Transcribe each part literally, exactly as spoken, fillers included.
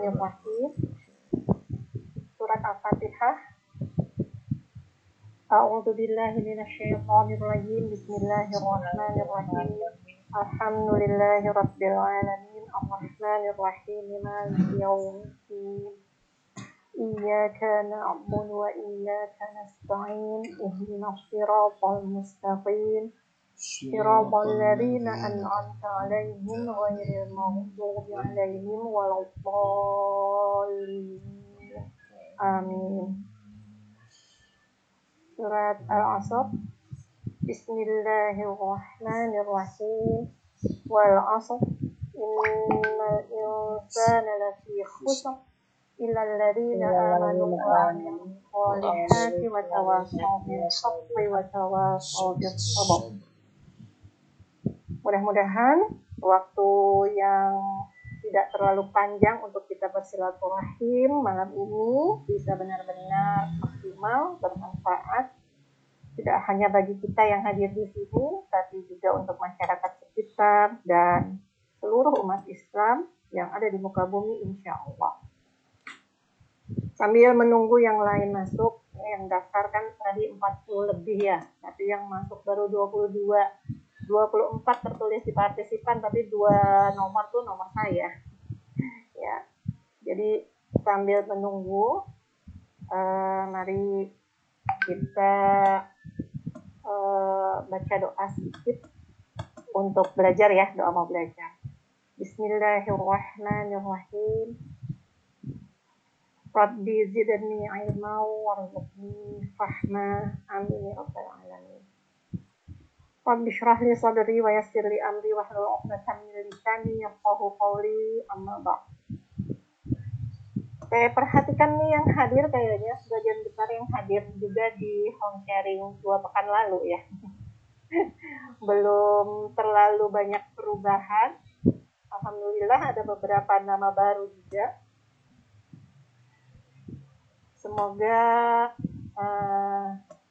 Bismillahirrahmanirrahim. Surat Al-Fatihah. A'udzu billahi minasyaitonir rajim. Bismillahirrahmanirrahim. Alhamdulillahi rabbil alamin. Arrahmanir rahim. Maliki yaumiddin. Iyyaka na'budu wa iyyaka nasta'in. Ihdinas siratal mustaqim. Siratal ladzina an'amta 'alaihim ghairil maghdubi 'alaihim waladdallin. Amin. Surat Al-Asr. Bismillahirrahmanirrahim. Wal 'asr. Innal insana lafi khusr illa alladzina amanu wa 'amilus shalihati wa tawassaw bil haqqi wa tawassaw bis sabr. Mudah-mudahan waktu yang tidak terlalu panjang untuk kita bersilaturahim malam ini bisa benar-benar maksimal, bermanfaat. Tidak hanya bagi kita yang hadir di sini, tapi juga untuk masyarakat sekitar dan seluruh umat Islam yang ada di muka bumi, insya Allah. Sambil menunggu yang lain masuk, yang daftar kan tadi empat puluh lebih ya, tapi yang masuk baru dua puluh dua. dua puluh empat tertulis di partisipan, tapi dua nomor tuh nomor saya. Ya. Jadi sambil menunggu, uh, mari kita uh, baca doa sedikit untuk belajar ya, doa mau belajar. Bismillahirrahmanirrahim. Rabbi zidni ilma warzuqni fahma. Amin ya rabbal alamin. Rabbi shrah li sadri wa yassir li amri wahlul 'uqdatam min lisani yafqahu qawli, amma ba'd. Oke, perhatikan nih yang hadir, kayaknya sebagian besar yang hadir juga di home sharing dua pekan lalu ya. Belum terlalu banyak perubahan. Alhamdulillah ada beberapa nama baru juga. Semoga uh,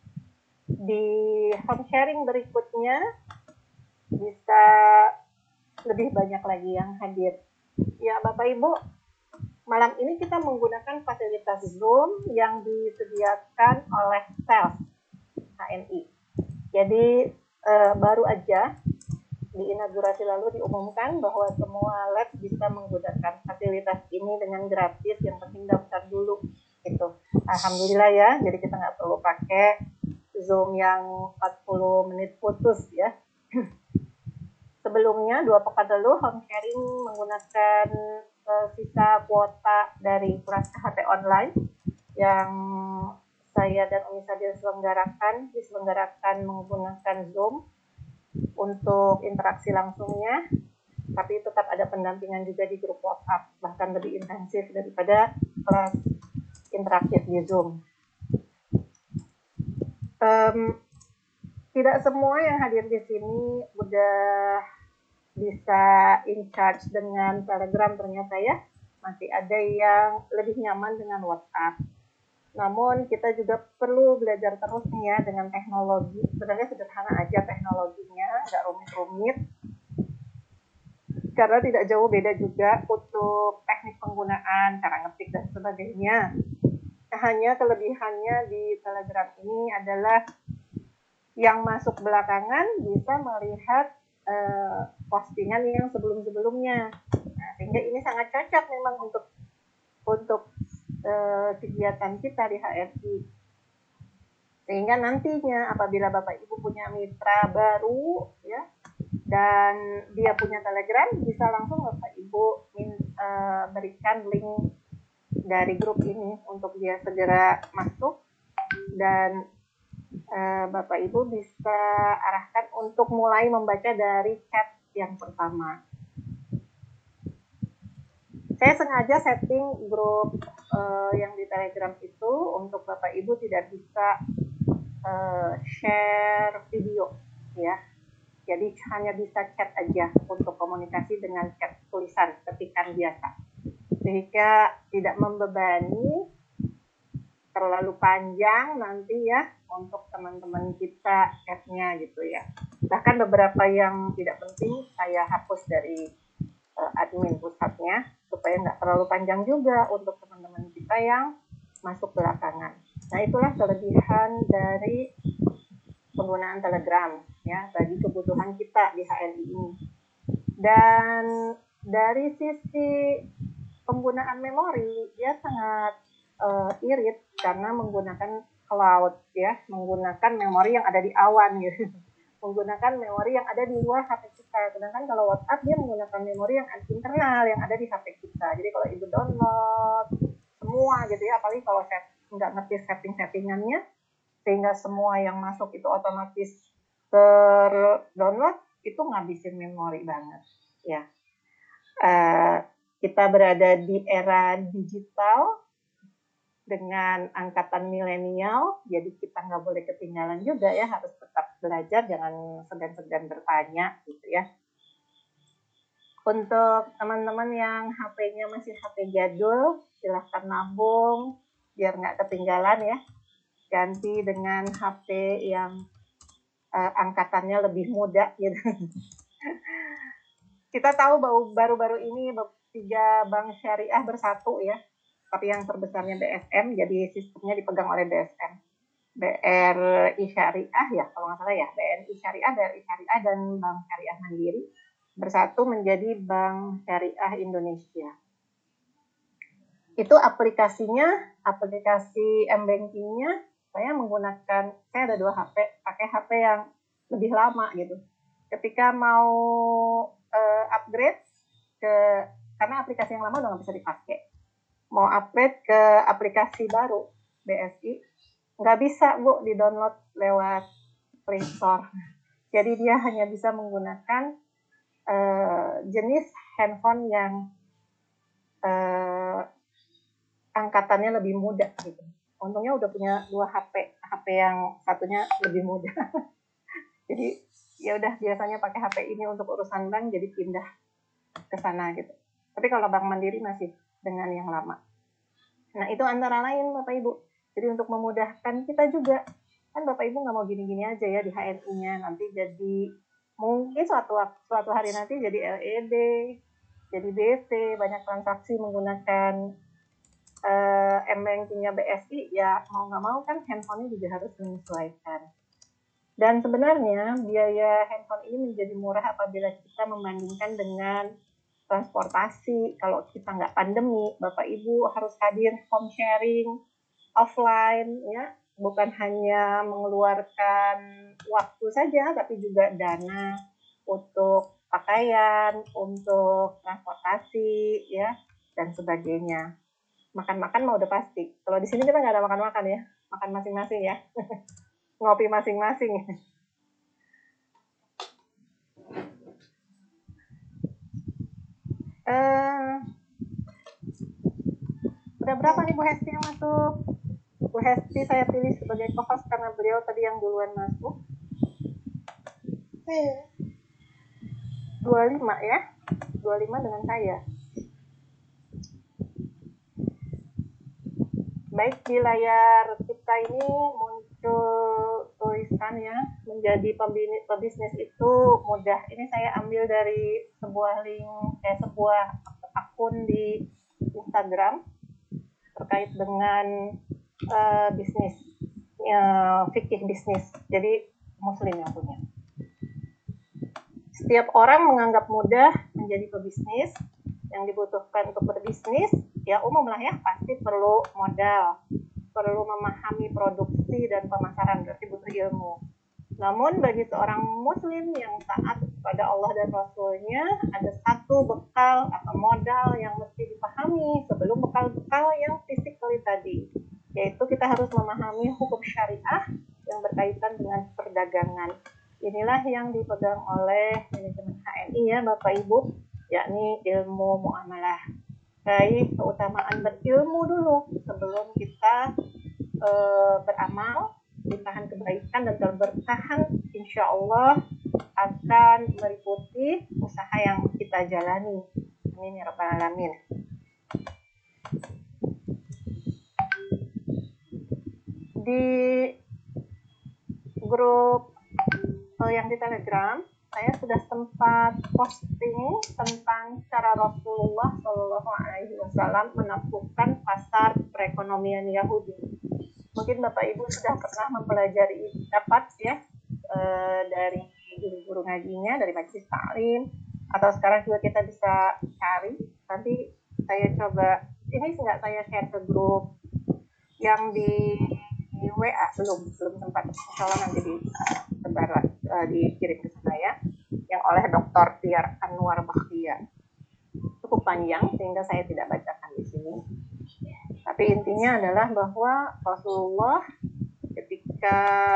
di home sharing berikutnya bisa lebih banyak lagi yang hadir. Ya Bapak Ibu, malam ini kita menggunakan fasilitas Zoom yang disediakan oleh Sales H N I. Jadi eh, baru aja di inaugurasi lalu diumumkan bahwa semua lab bisa menggunakan fasilitas ini dengan gratis, yang penting daftar dulu gitu. Alhamdulillah ya, jadi kita nggak perlu pakai Zoom yang empat puluh menit putus ya. Sebelumnya dua pekan lalu home sharing menggunakan uh, sisa kuota dari kelas K H T online yang saya dan Umi Sadir selenggarakan, diselenggarakan menggunakan Zoom untuk interaksi langsungnya, tapi tetap ada pendampingan juga di grup WhatsApp, bahkan lebih intensif daripada kelas interaktif di Zoom. Um, tidak semua yang hadir di sini udah bisa in charge dengan Telegram ternyata ya. Masih ada yang lebih nyaman dengan WhatsApp. Namun kita juga perlu belajar terus nih ya dengan teknologi. Sebenarnya sederhana aja teknologinya, nggak rumit-rumit. Karena tidak jauh beda juga untuk teknik penggunaan, cara ngetik dan sebagainya. Hanya kelebihannya di Telegram ini adalah yang masuk belakangan bisa melihat uh, postingan yang sebelum-sebelumnya. Nah, sehingga ini sangat cocok memang untuk untuk uh, kegiatan kita di H R I. Sehingga nantinya apabila Bapak Ibu punya mitra baru ya dan dia punya Telegram, bisa langsung Bapak Ibu min, uh, berikan link dari grup ini untuk dia segera masuk, dan uh, Bapak Ibu bisa arahkan untuk mulai membaca dari chat yang pertama. Saya sengaja setting grup uh, yang di Telegram itu untuk Bapak Ibu tidak bisa uh, share video ya. Jadi hanya bisa chat aja untuk komunikasi dengan chat tulisan, ketikan biasa. Sehingga tidak membebani terlalu panjang nanti ya untuk teman-teman kita chatnya gitu ya. Bahkan beberapa yang tidak penting saya hapus dari uh, admin pusatnya supaya nggak terlalu panjang juga untuk teman-teman kita yang masuk belakangan. Nah, itulah kelebihan dari penggunaan Telegram ya bagi kebutuhan kita di H N I ini. Dan dari sisi penggunaan memori, dia sangat uh, irit karena menggunakan cloud ya, menggunakan memori yang ada di awan gitu. Menggunakan memori yang ada di luar H P kita. Sedangkan kalau WhatsApp dia menggunakan memori yang internal yang ada di H P kita. Jadi kalau ibu download semua gitu ya, apalagi kalau set, nggak ngerti setting-settingannya, sehingga semua yang masuk itu otomatis ter-download, itu ngabisin memori banget ya. Uh, kita berada di era digital dengan angkatan milenial, jadi kita nggak boleh ketinggalan juga ya, harus tetap belajar, jangan segan-segan bertanya gitu ya. Untuk teman-teman yang H P-nya masih H P jadul, silahkan nabung biar nggak ketinggalan ya. Ganti dengan H P yang uh, angkatannya lebih muda gitu. Kita tahu bahwa baru-baru ini tiga bank syariah bersatu ya, tapi yang terbesarnya B S M, jadi sistemnya dipegang oleh B S M. B R I Syariah ya, kalau nggak salah ya, B N I Syariah, B R I Syariah, dan Bank Syariah Mandiri bersatu menjadi Bank Syariah Indonesia. Itu aplikasinya, aplikasi m-bankingnya, saya menggunakan, saya ada dua H P, pakai H P yang lebih lama gitu. Ketika mau uh, upgrade ke, karena aplikasi yang lama udah nggak bisa dipakai, mau upgrade ke aplikasi baru B S I, nggak bisa Bu di-download lewat Play Store. Jadi dia hanya bisa menggunakan uh, jenis handphone yang uh, angkatannya lebih muda gitu. Untungnya udah punya dua H P, H P yang satunya lebih muda. Jadi ya udah biasanya pakai H P ini untuk urusan bank, jadi pindah ke sana gitu. Tapi kalau Bank Mandiri masih dengan yang lama. Nah, itu antara lain Bapak Ibu. Jadi untuk memudahkan kita juga, kan Bapak Ibu nggak mau gini-gini aja ya di H N I-nya, nanti jadi mungkin suatu suatu hari nanti jadi L E D, jadi B C, banyak transaksi menggunakan uh, m-bankingnya B S I, ya mau nggak mau kan handphonenya juga harus menyesuaikan. Dan sebenarnya biaya handphone ini menjadi murah apabila kita membandingkan dengan transportasi. Kalau kita nggak pandemi, Bapak Ibu harus hadir home sharing offline ya, bukan hanya mengeluarkan waktu saja, tapi juga dana untuk pakaian, untuk transportasi ya, dan sebagainya. Makan-makan mah udah pasti. Kalau di sini kita nggak ada makan-makan ya, makan masing-masing ya, ngopi masing-masing. Uh, udah berapa nih Bu Hesti yang masuk? Bu Hesti saya pilih sebagai co-host karena beliau tadi yang duluan masuk. dua puluh lima ya, dua puluh lima dengan saya. Baik, di layar kita ini muncul tulisan ya, menjadi pebisnis itu mudah. Ini saya ambil dari sebuah link, eh, sebuah akun di Instagram terkait dengan uh, bisnis, uh, fikih bisnis. Jadi Muslim yang punya. Setiap orang menganggap mudah menjadi pebisnis. Yang dibutuhkan untuk berbisnis, ya umum lah ya, pasti perlu modal, perlu memahami produksi dan pemasaran, berarti butuh ilmu. Namun bagi seorang muslim yang taat kepada Allah dan Rasulnya, ada satu bekal atau modal yang mesti dipahami sebelum bekal-bekal yang physically tadi, yaitu kita harus memahami hukum syariah yang berkaitan dengan perdagangan. Inilah yang dipegang oleh manajemen H N I ya Bapak Ibu, yakni ilmu muamalah. Baik, keutamaan berilmu dulu sebelum kita e, beramal, limpahan kebaikan dan keberkahan insya Allah akan meliputi usaha yang kita jalani. Amin ya rabbal alamin. Di grup yang di Telegram saya sudah sempat posting tentang cara Rasulullah Shallallahu Alaihi Wasallam menaklukkan pasar perekonomian Yahudi. Mungkin Bapak Ibu sudah pernah mempelajari dapat ya eh, dari guru-guru ngajinya, dari majelis taklim, atau sekarang juga kita bisa cari. Nanti saya coba, ini nggak saya share ke grup yang di, di W A, belum belum sempat, insya Allah nanti di sebar uh, dikirim ke saya, yang oleh Doktor Tiar Anwar Bakhtia. Cukup panjang sehingga saya tidak bacakan di sini. Tapi intinya adalah bahwa Rasulullah ketika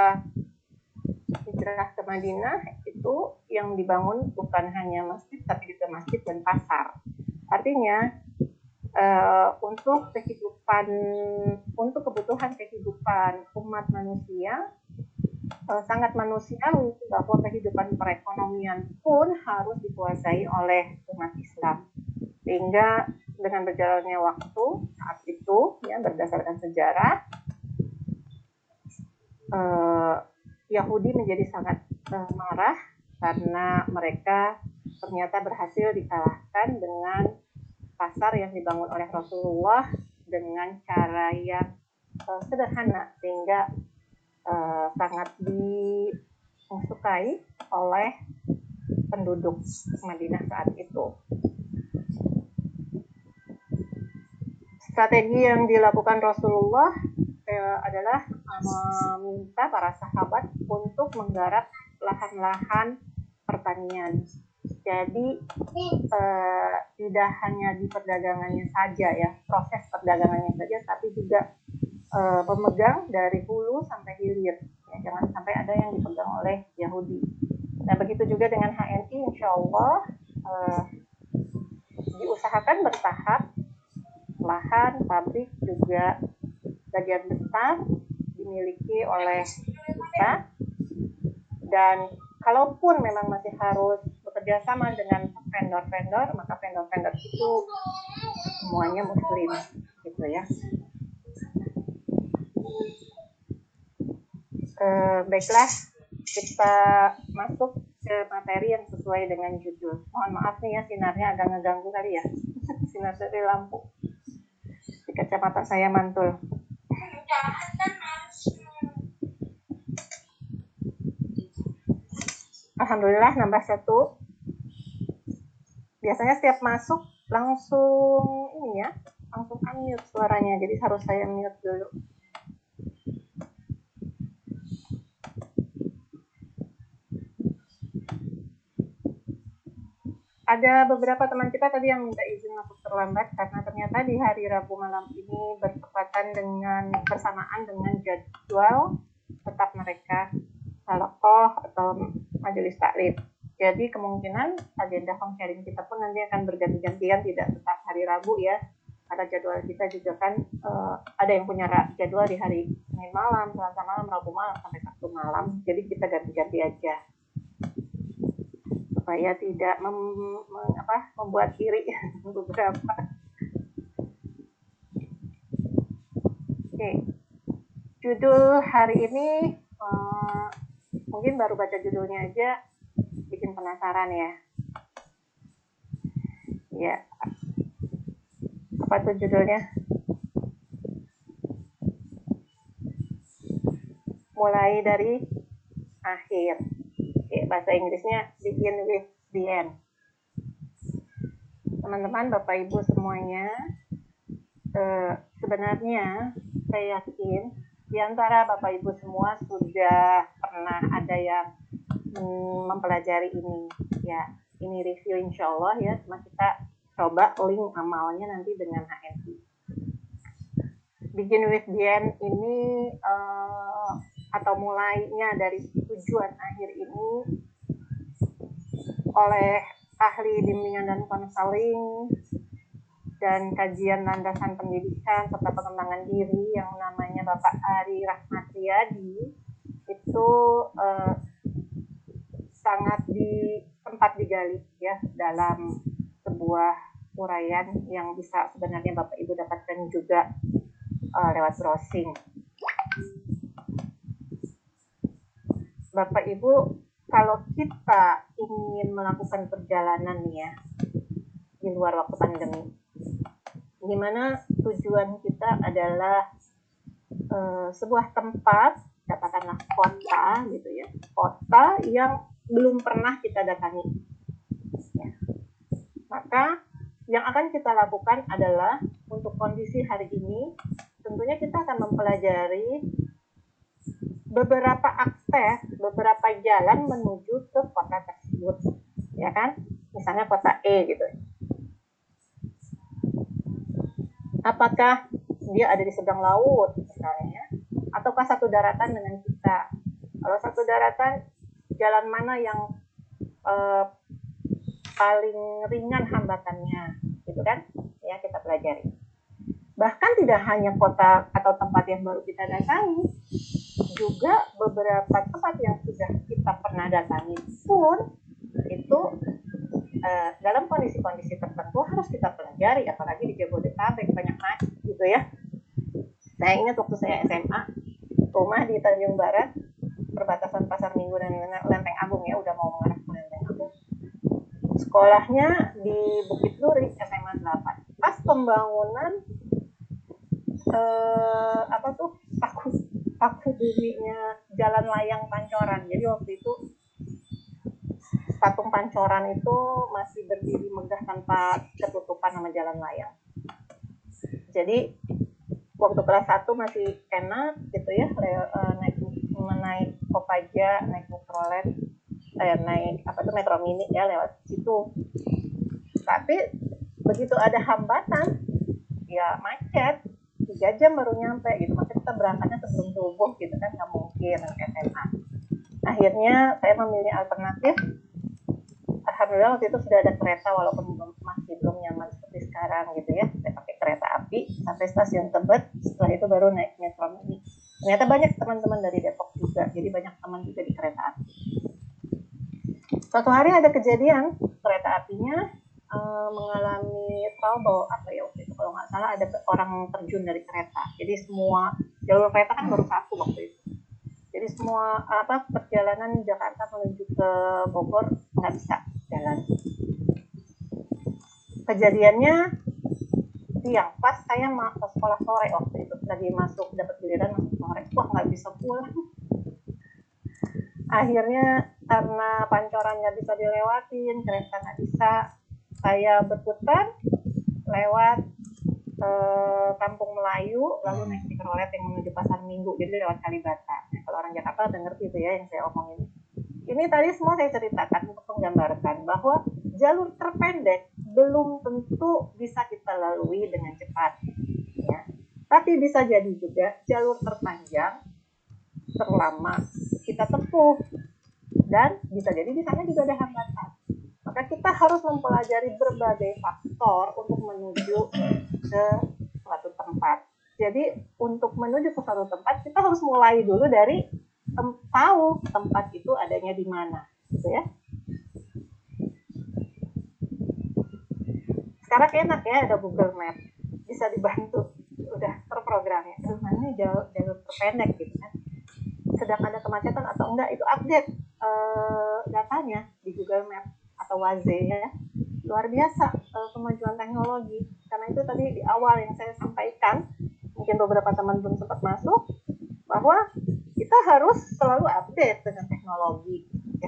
hijrah ke Madinah itu yang dibangun bukan hanya masjid tapi juga masjid dan pasar. Artinya uh, untuk kehidupan, untuk kebutuhan kehidupan umat manusia uh, sangat manusiawi bahwa kehidupan perekonomian pun harus dikuasai oleh umat Islam. Sehingga dengan berjalannya waktu saat itu ya berdasarkan sejarah uh, Yahudi menjadi sangat uh, marah karena mereka ternyata berhasil dikalahkan dengan pasar yang dibangun oleh Rasulullah dengan cara yang uh, sederhana sehingga uh, sangat disukai oleh penduduk Madinah saat itu. Strategi yang dilakukan Rasulullah eh, adalah meminta para sahabat untuk menggarap lahan-lahan pertanian. Jadi eh, tidak hanya di perdagangannya saja ya, proses perdagangannya saja, tapi juga eh, pemegang dari hulu sampai hilir. Ya, jangan sampai ada yang dipegang oleh Yahudi. Nah begitu juga dengan H N I, insya Allah eh, diusahakan bertahap. Lahan, pabrik juga bagian besar dimiliki oleh kita, dan kalaupun memang masih harus bekerja sama dengan vendor-vendor, maka vendor-vendor itu semuanya muslim gitu ya. E, baiklah, kita masuk ke materi yang sesuai dengan judul. Mohon maaf nih ya, sinarnya agak ngeganggu kali ya. Sinar dari lampu. Kacamata saya mantul. Alhamdulillah nambah satu. Biasanya setiap masuk langsung ini ya, langsung unmute suaranya. Jadi harus saya mute dulu. Ada beberapa teman kita tadi yang minta izin masuk terlambat karena ternyata di hari Rabu malam ini bertepatan dengan bersamaan dengan jadwal tetap mereka halaqah atau majelis taklim. Jadi kemungkinan agenda home sharing kita pun nanti akan berganti-gantian, tidak tetap hari Rabu ya. Karena jadwal kita juga kan uh, ada yang punya jadwal di hari Senin malam, Selasa malam, Rabu malam sampai Sabtu malam. Jadi kita ganti-ganti aja. Supaya tidak mem, mem, apa, membuat iri beberapa. Oke, judul hari ini uh, mungkin baru baca judulnya aja bikin penasaran ya. Ya, apa tuh judulnya? Mulai dari akhir. Oke, bahasa Inggrisnya begin with the end. Teman-teman, Bapak Ibu semuanya, eh, sebenarnya saya yakin di antara Bapak Ibu semua sudah pernah ada yang mm, mempelajari ini. Ya, ini review insya Allah ya, cuma kita coba link amalnya nanti dengan H N I. Begin with the end ini uh, atau mulainya dari tujuan akhir ini oleh ahli bimbingan dan konseling dan kajian landasan pendidikan serta pengembangan diri yang namanya Bapak Ari Rahmat Riyadi itu uh, sangat di tempat digali ya dalam sebuah uraian yang bisa sebenarnya Bapak Ibu dapatkan juga uh, lewat browsing. Bapak Ibu kalau kita ingin melakukan perjalanan nih ya di luar waktu pandemi, dimana tujuan kita adalah uh, sebuah tempat, katakanlah kota gitu ya, kota yang belum pernah kita datangi, ya. Maka yang akan kita lakukan adalah untuk kondisi hari ini, tentunya kita akan mempelajari beberapa akses, beberapa jalan menuju ke kota tersebut, ya kan? Misalnya kota E gitu. Apakah dia ada di seberang laut misalnya, ataukah satu daratan dengan kita? Kalau satu daratan, jalan mana yang uh, paling ringan hambatannya, gitu kan? Ya, kita pelajari. Bahkan tidak hanya kota atau tempat yang baru kita datangi, juga beberapa tempat yang sudah kita pernah datangi pun itu uh, dalam kondisi-kondisi tertentu harus kita pelajari, apalagi di Jabodetabek banyak macet gitu ya. Saya ingat waktu saya S M A, rumah di Tanjung Barat, perbatasan Pasar Minggu dan Lenteng Agung ya, udah mau mengarah ke Lenteng Agung. Sekolahnya di Bukit Duri, S M A delapan. Pas pembangunan eh, apa tuh paku paku buminya Jalan Layang Pancoran. Jadi waktu itu patung Pancoran itu masih berdiri megah tanpa ketutupan sama jalan layang. Jadi waktu kelas satu masih enak gitu ya, naik naik Kopaja, naik Metrolet, eh, naik apa tuh Metro Mini ya lewat situ. Tapi begitu ada hambatan, ya macet, tiga jam baru nyampe gitu. Maksudnya kita berangkatnya sebelum subuh gitu kan, nggak mungkin S M A. Akhirnya saya memilih alternatif. Alhamdulillah waktu itu sudah ada kereta walaupun belum, masih belum nyaman seperti sekarang gitu ya. Saya pakai kereta api sampai stasiun Tebet, setelah itu baru naik Metro Mini. Ternyata banyak teman-teman dari Depok juga, jadi banyak teman juga di kereta api. Suatu hari ada kejadian, kereta apinya uh, mengalami trouble apa ya waktu itu, kalau nggak salah ada orang terjun dari kereta. Jadi semua jalur kereta kan baru satu waktu itu. Jadi semua apa perjalanan Jakarta menuju ke Bogor nggak bisa jalan. Kejadiannya siang, pas saya masuk sekolah sore waktu itu, lagi masuk dapat giliran masuk sore, wah nggak bisa pulang. Akhirnya karena Pancoran nggak bisa dilewatin, kereta nggak bisa, saya berputar lewat eh, Kampung Melayu, lalu naik mikrolet yang menuju Pasar Minggu, jadi lewat Kalibata. Nah, kalau orang Jakarta udah ngerti itu ya yang saya omongin. Ini tadi semua saya ceritakan untuk menggambarkan bahwa jalur terpendek belum tentu bisa kita lalui dengan cepat, ya. Tapi bisa jadi juga jalur terpanjang, terlama kita tempuh, dan bisa jadi di sana juga ada hambatan. Maka kita harus mempelajari berbagai faktor untuk menuju ke suatu tempat. Jadi untuk menuju ke suatu tempat kita harus mulai dulu dari tem tahu tempat itu adanya di mana, gitu ya. Sekarang enak ya ada Google Map, bisa dibantu, udah terprogramnya. Aduh, mana jalur, jalur terpendek gitu kan. Sedang ada kemacetan atau enggak, itu update uh, datanya di Google Map atau Waze ya. Luar biasa uh, kemajuan teknologi. Karena itu tadi di awal yang saya sampaikan, mungkin beberapa teman belum sempat masuk, bahwa kita harus selalu update dengan teknologi ya.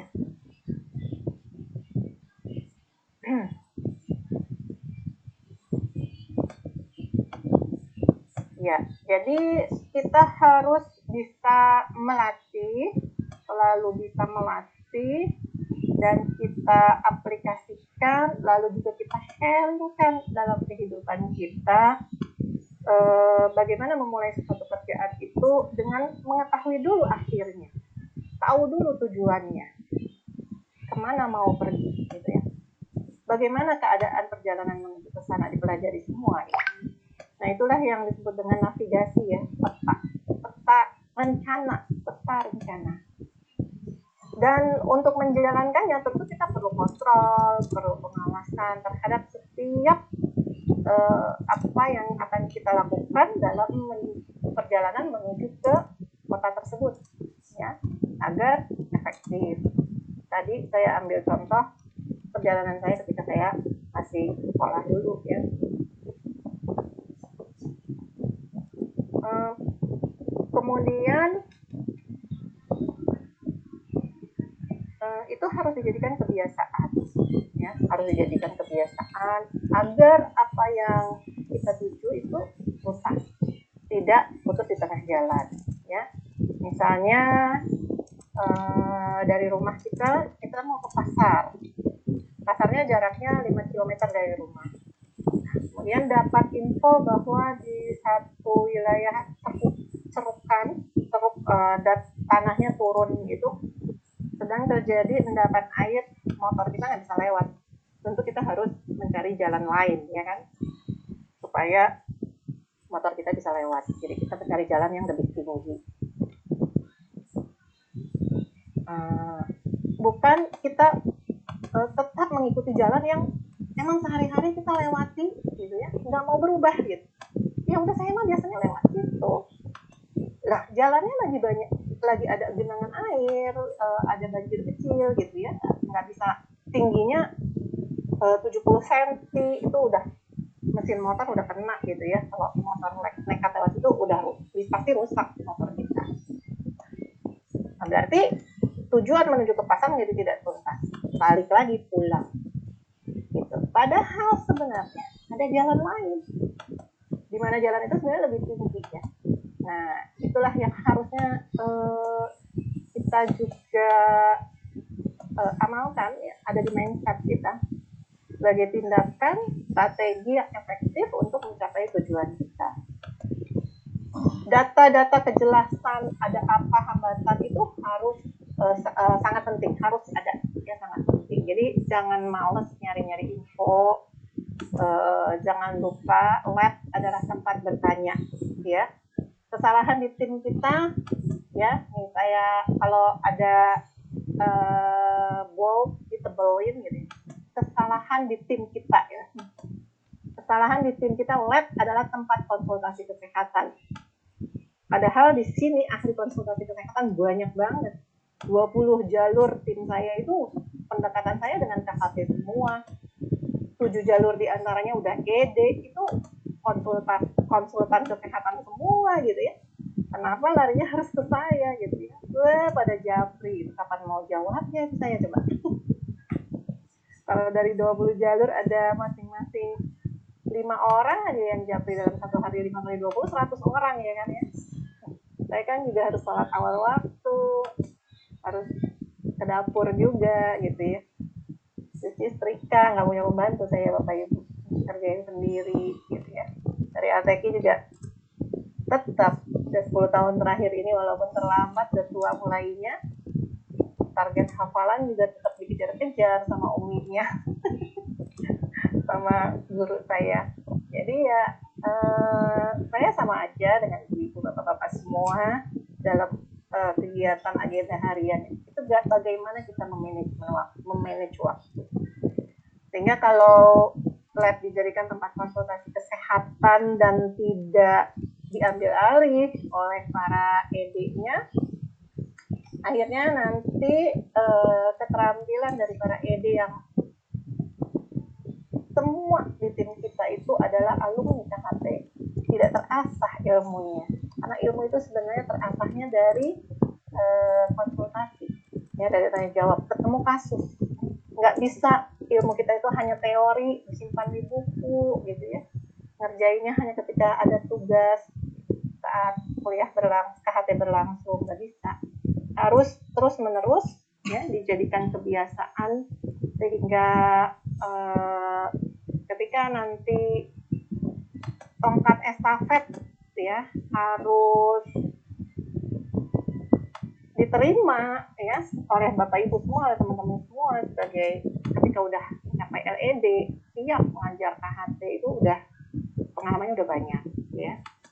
Ya, jadi kita harus bisa melatih, selalu bisa melatih, dan kita aplikasikan, lalu juga kita sharingkan dalam kehidupan kita. Eh, bagaimana memulai suatu pekerjaan itu dengan mengetahui dulu akhirnya, tahu dulu tujuannya, kemana mau pergi, gitu ya. Bagaimana keadaan perjalanan menuju ke sana dipelajari semua. Ya. Nah itulah yang disebut dengan navigasi ya, peta, peta rencana, peta rencana. Dan untuk menjalankannya tentu kita perlu kontrol, perlu pengawasan terhadap setiap Uh, apa yang akan kita lakukan dalam men perjalanan menuju ke kota tersebut ya, agar efektif. tadi saya ambil contoh perjalanan saya ketika saya masih sekolah dulu ya. Uh, kemudian uh, itu harus dijadikan kebiasaan ya, harus dijadikan kebiasaan agar apa yang kita tuju itu tuntas, tidak putus di tengah jalan ya. Misalnya uh, dari rumah kita kita mau ke pasar, pasarnya jaraknya lima kilometer dari rumah. Kemudian dapat info bahwa di satu wilayah ceruk, cerukan, ceruk uh, dat, tanahnya turun gitu, sedang terjadi endapan air, motor kita nggak bisa lewat. Tentu kita harus mencari jalan lain, ya kan, supaya motor kita bisa lewat. Jadi kita mencari jalan yang lebih tinggi. Uh, bukan kita uh, tetap mengikuti jalan yang emang sehari-hari kita lewati gitu ya, nggak mau berubah gitu. Ya udah, saya mah biasanya lewat gitu. Lah jalannya lagi banyak, lagi ada genangan air, uh, ada banjir kecil gitu ya, nggak bisa tingginya uh, tujuh puluh sentimeter, itu udah mesin motor udah kena gitu ya. Kalau motor nekat lewat itu udah pasti rusak motor kita. Nah, berarti tujuan menuju ke pasar menjadi tidak tuntas, balik lagi pulang. Gitu. Padahal sebenarnya ada jalan lain, di mana jalan itu sebenarnya lebih tinggi ya. Nah, itulah yang harusnya uh, kita juga uh, amalkan ya, ada di mindset kita sebagai tindakan strategi yang efektif untuk mencapai tujuan kita. Data-data kejelasan ada apa hambatan itu harus uh, uh, sangat penting, harus ada ya, sangat penting. Jadi jangan males nyari-nyari info, uh, jangan lupa lab adalah tempat bertanya ya. Kesalahan di tim kita ya, nih saya kalau ada uh, bold ditebelin gitu. Kesalahan di tim kita ya. Kesalahan di tim kita, lab adalah tempat konsultasi kesehatan. Padahal di sini ahli konsultasi kesehatan banyak banget. dua puluh jalur tim saya itu pendekatan saya dengan K H T semua. tujuh jalur diantaranya udah E D, itu konsultan konsultan kesehatan semua gitu ya. Kenapa larinya harus ke saya gitu ya? Wah, pada japri, kapan mau jawabnya saya coba. Kalau dari dua puluh jalur ada masing-masing lima orang aja yang japri dalam satu hari, lima kali dua puluh, seratus orang ya kan ya. Saya kan juga harus sholat awal waktu, harus ke dapur juga gitu ya, cuci setrika, nggak punya pembantu saya, bapak ibu kerjain sendiri gitu ya. Dari A T K juga tetap udah sepuluh tahun terakhir ini, walaupun terlambat dan tua mulainya, target hafalan juga tetap dikejar-kejar sama uminya sama guru saya. Jadi ya eh, saya sama aja dengan ibu bapak-bapak semua dalam eh, kegiatan agenda harian itu, gak bagaimana kita memanage waktu, memanage waktu. Sehingga kalau lab dijadikan tempat konsultasi kesehatan dan tidak diambil alih oleh para E D-nya, akhirnya nanti eh, keterampilan dari para E D yang semua di tim kita itu adalah alumni K H T, tidak terasah ilmunya, karena ilmu itu sebenarnya terasahnya dari eh, konsultasi ya, dari tanya jawab, ketemu kasus. Nggak bisa ilmu kita itu hanya teori disimpan di buku gitu ya, ngerjainnya hanya ketika ada tugas saat kuliah berlangsung, K H T berlangsung. Nggak bisa, harus terus menerus ya, dijadikan kebiasaan sehingga eh, ketika nanti tongkat estafet ya harus diterima ya oleh bapak ibu semua, oleh teman-teman semua, sebagai ketika udah sampai L E D siap mengajar K H T, itu udah pengalamannya udah banyak ya.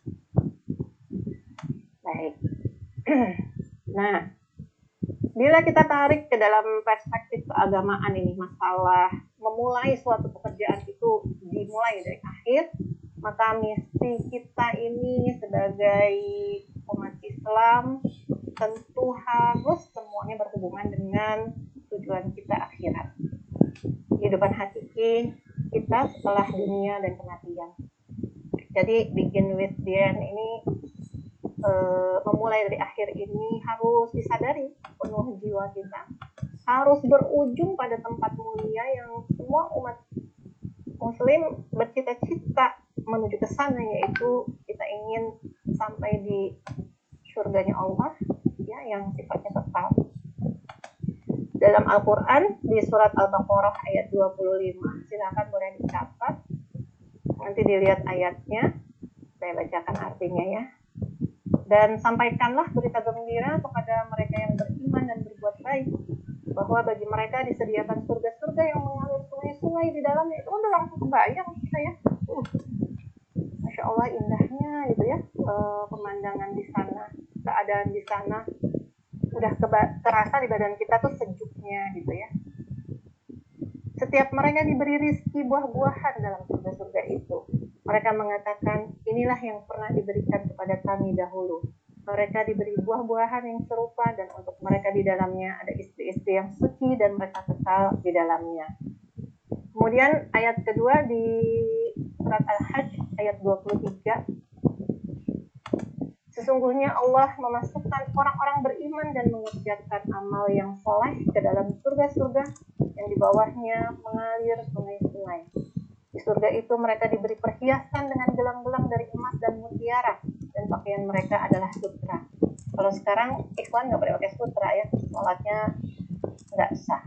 Baik. Nah, bila kita tarik ke dalam perspektif keagamaan ini, masalah memulai suatu pekerjaan itu dimulai dari akhir, maka misi kita ini sebagai umat Islam tentu harus semuanya berhubungan dengan tujuan tujuan kita akhirat. Kehidupan hakiki kita setelah dunia dan kematian. Jadi begin with the end ini e, memulai dari akhir ini harus disadari penuh jiwa kita, harus berujung pada tempat mulia yang semua umat muslim bercita-cita menuju ke sana, yaitu kita ingin sampai di surganya Allah ya, yang sifatnya kekal. Dalam Al-Quran di surat Al-Baqarah ayat dua puluh lima, silakan boleh dicatat, nanti dilihat ayatnya, saya bacakan artinya ya. Dan sampaikanlah berita gembira kepada mereka yang beriman dan berbuat baik, bahwa bagi mereka disediakan surga-surga yang mengalir sungai-sungai di dalamnya. Itu udah langsung kebayang kita ya. Uh, Masya Allah indahnya gitu ya, e, pemandangan di sana, keadaan di sana, udah keba- terasa di badan kita tuh sejuknya gitu ya. Setiap mereka diberi rizki buah-buahan dalam surga-surga itu. Mereka mengatakan, inilah yang pernah diberikan kepada kami dahulu. Mereka diberi buah-buahan yang serupa, dan untuk mereka di dalamnya ada istri-istri yang suci dan mereka kekal di dalamnya. Kemudian ayat kedua di surat Al-Hajj ayat dua puluh tiga. Sesungguhnya Allah memasukkan orang-orang beriman dan mengerjakan amal yang soleh ke dalam surga-surga yang di bawahnya mengalir sungai-sungai. Di surga itu mereka diberi perhiasan dengan gelang-gelang dari emas dan mutiara, dan pakaian mereka adalah sutra. Kalau sekarang ikhwan nggak boleh pakai sutra ya, sholatnya nggak sah.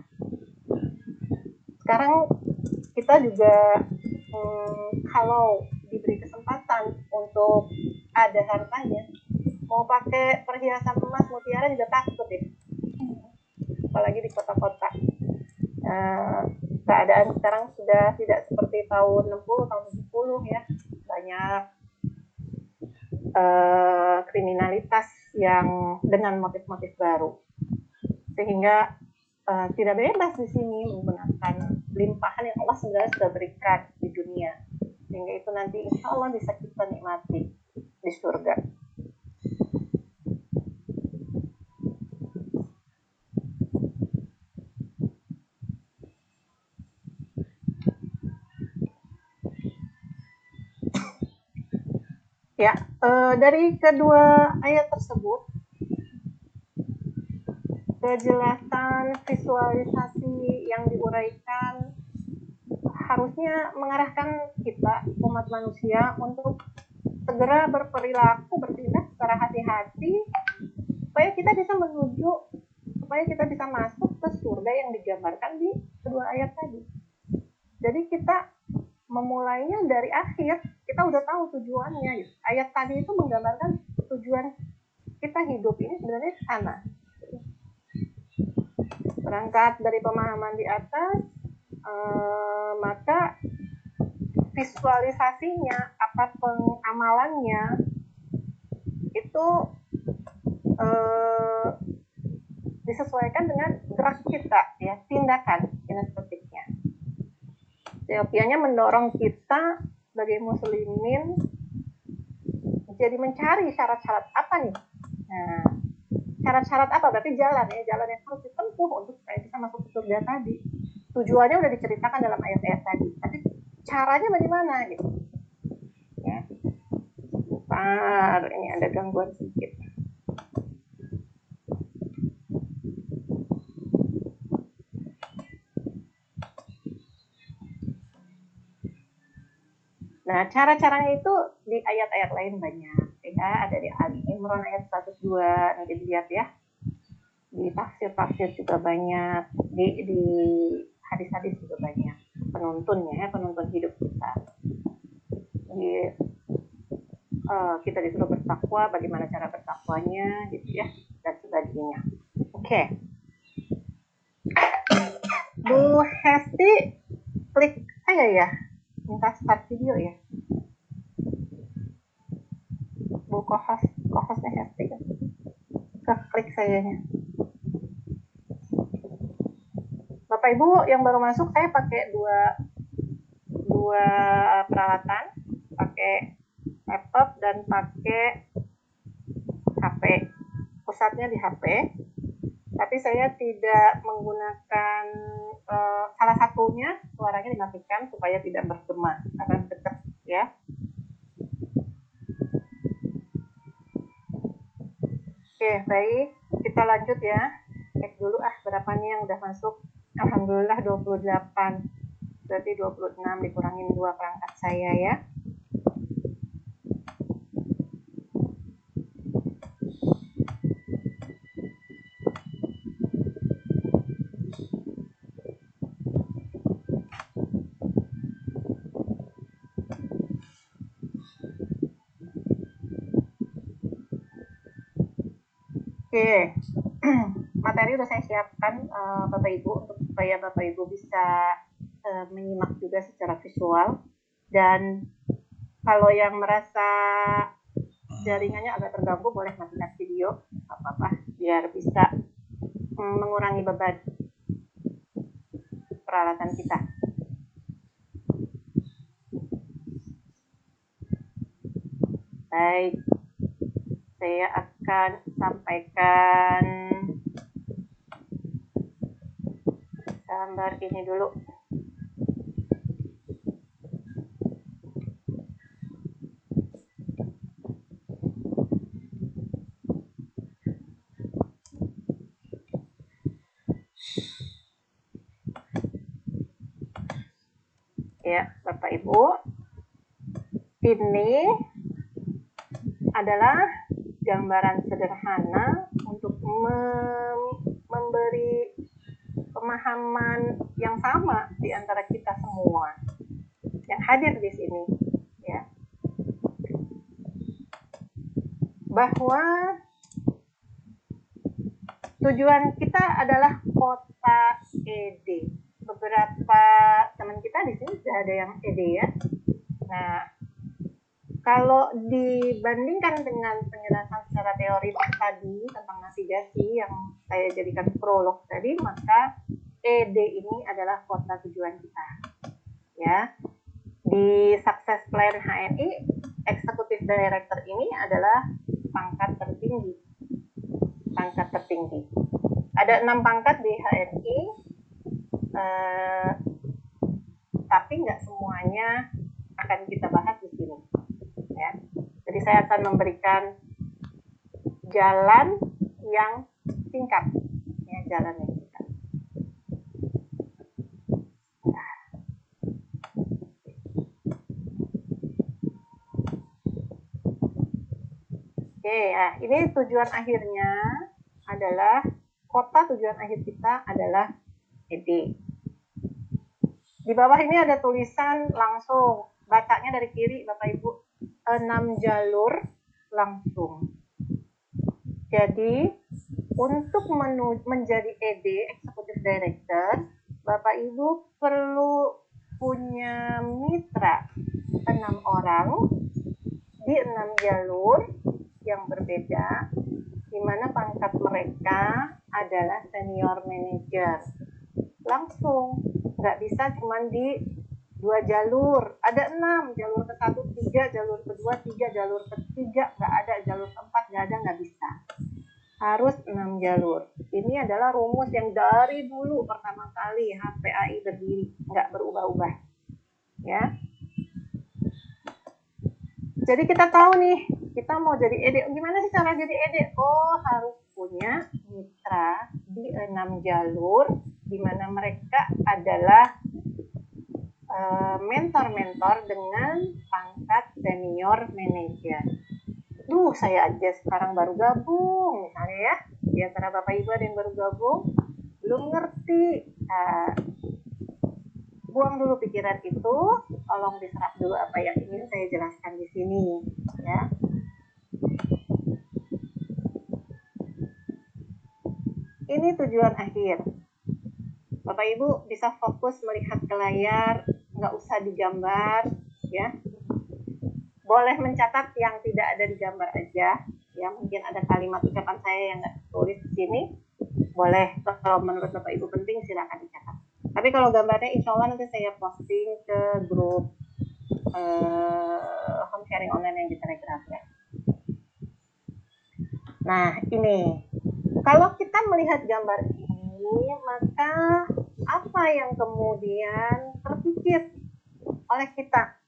Sekarang kita juga hmm, kalau diberi kesempatan untuk ada hartanya, mau pakai perhiasan emas mutiara juga takut ya, apalagi di kota-kota. Nah, keadaan sekarang sudah tidak seperti tahun enam puluh, tahun tujuh puluh ya, banyak uh, kriminalitas yang dengan motif-motif baru, sehingga uh, tidak bebas di sini menggunakan limpahan yang Allah sebenarnya sudah berikan di dunia, sehingga itu nanti insya Allah bisa kita nikmati di surga. Ya, uh, dari kedua ayat tersebut, kejelasan visualisasi yang diuraikan harusnya mengarahkan kita umat manusia untuk segera berperilaku, bertindak secara hati-hati supaya kita bisa menuju, supaya kita bisa masuk ke surga yang digambarkan di kedua ayat tadi. Jadi kita memulainya dari akhir, kita udah tahu tujuannya gitu. Ayat tadi itu menggambarkan tujuan kita hidup ini sebenarnya sana. Berangkat dari pemahaman di atas, eh, maka visualisasinya, apa pengamalannya itu eh, disesuaikan dengan gerak kita ya, tindakan kinestetiknya. Seyogianya mendorong kita sebagai muslimin jadi mencari syarat-syarat apa nih. Nah, syarat-syarat apa? Berarti jalan ya, jalan yang harus ditempuh untuk supaya bisa masuk ke surga tadi. Tujuannya udah diceritakan dalam ayat-ayat tadi, tapi caranya bagaimana gitu. Ya. Bentar, ini ada gangguan sedikit. Nah, cara-caranya itu di ayat-ayat lain banyak. Ya, ada di Ali Imran ayat seratus dua, nanti dilihat ya. Di tafsir-tafsir juga banyak, di, di hadis-hadis juga banyak. Penuntunnya, penuntun hidup kita. Di, uh, kita disuruh bertakwa, bagaimana cara bertakwanya, gitu ya, dan sebagainya. Oke. Okay. Bu Hesti, klik aja ya. Minta start video ya. Bu kohos, kohosnya Hesti kan. Klik sayanya. Bapak Ibu yang baru masuk, saya pakai dua dua peralatan, pakai laptop dan pakai H P. Pusatnya di H P. Tapi saya tidak menggunakan uh, salah satunya suaranya dimatikan supaya tidak bergema karena dekat ya. Oke, baik. Kita lanjut ya. Cek dulu ah berapanya yang udah masuk. Alhamdulillah dua puluh delapan. Berarti dua puluh enam dikurangin dua perangkat saya ya. Oke, materi udah saya siapkan uh, Bapak Ibu untuk supaya Bapak Ibu bisa uh, menyimak juga secara visual. Dan kalau yang merasa jaringannya agak terganggu boleh matikan video, apa-apa, biar bisa um, mengurangi beban peralatan kita. Baik, saya akan sampaikan gambar ini dulu. Ya, Bapak Ibu, ini adalah gambaran sederhana untuk mem memberi pemahaman yang sama di antara kita semua yang hadir di sini, ya, bahwa tujuan kita adalah kota E D. Beberapa teman kita di sini sudah ada yang E D ya. Nah, kalau dibandingkan dengan penjelasan secara teori tadi tentang navigasi yang saya jadikan prolog tadi, maka E D ini adalah kota tujuan kita. Ya, di Success Plan H N I, Executive Director ini adalah pangkat tertinggi. Pangkat tertinggi. Ada enam pangkat di H N I, eh, tapi nggak semuanya akan kita bahas di sini. Ya. Jadi saya akan memberikan jalan yang singkat, ya, jalan yang singkat. Nah. Oke, ya, ini tujuan akhirnya adalah kota tujuan akhir kita adalah E D. Di bawah ini ada tulisan langsung, bacanya dari kiri Bapak Ibu, enam jalur langsung. Jadi untuk menuju menjadi E D, Executive Director, Bapak Ibu perlu punya mitra enam orang di enam jalur yang berbeda, di mana pangkat mereka adalah senior manager. Langsung, nggak bisa cuma di dua jalur, ada enam, jalur ke satu tiga, jalur kedua tiga, jalur ketiga nggak ada, jalur keempat nggak ada, nggak bisa. Harus enam jalur. Ini adalah rumus yang dari dulu pertama kali H P A I berdiri, nggak berubah-ubah. Ya. Jadi kita tahu nih, kita mau jadi E D. Gimana sih cara jadi E D? Oh, harus punya mitra di enam jalur, di mana mereka adalah mentor-mentor uh, dengan pangkat senior manager. Duh, saya aja sekarang baru gabung, misalnya ya. Di antara Bapak Ibu ada yang baru gabung, belum ngerti. Uh, buang dulu pikiran itu, tolong diserap dulu apa yang ingin saya jelaskan di sini, ya. Ini tujuan akhir. Bapak Ibu bisa fokus melihat ke layar, nggak usah digambar, ya. Boleh mencatat yang tidak ada di gambar aja, ya. Mungkin ada kalimat ucapan saya yang nggak tulis di sini, boleh. Kalau menurut Bapak Ibu penting, silakan dicatat. Tapi kalau gambarnya insya Allah nanti saya posting ke grup uh, home sharing online yang di Telegram ya. Nah, ini Kalau kita melihat gambar ini, maka apa yang kemudian terpikir oleh kita?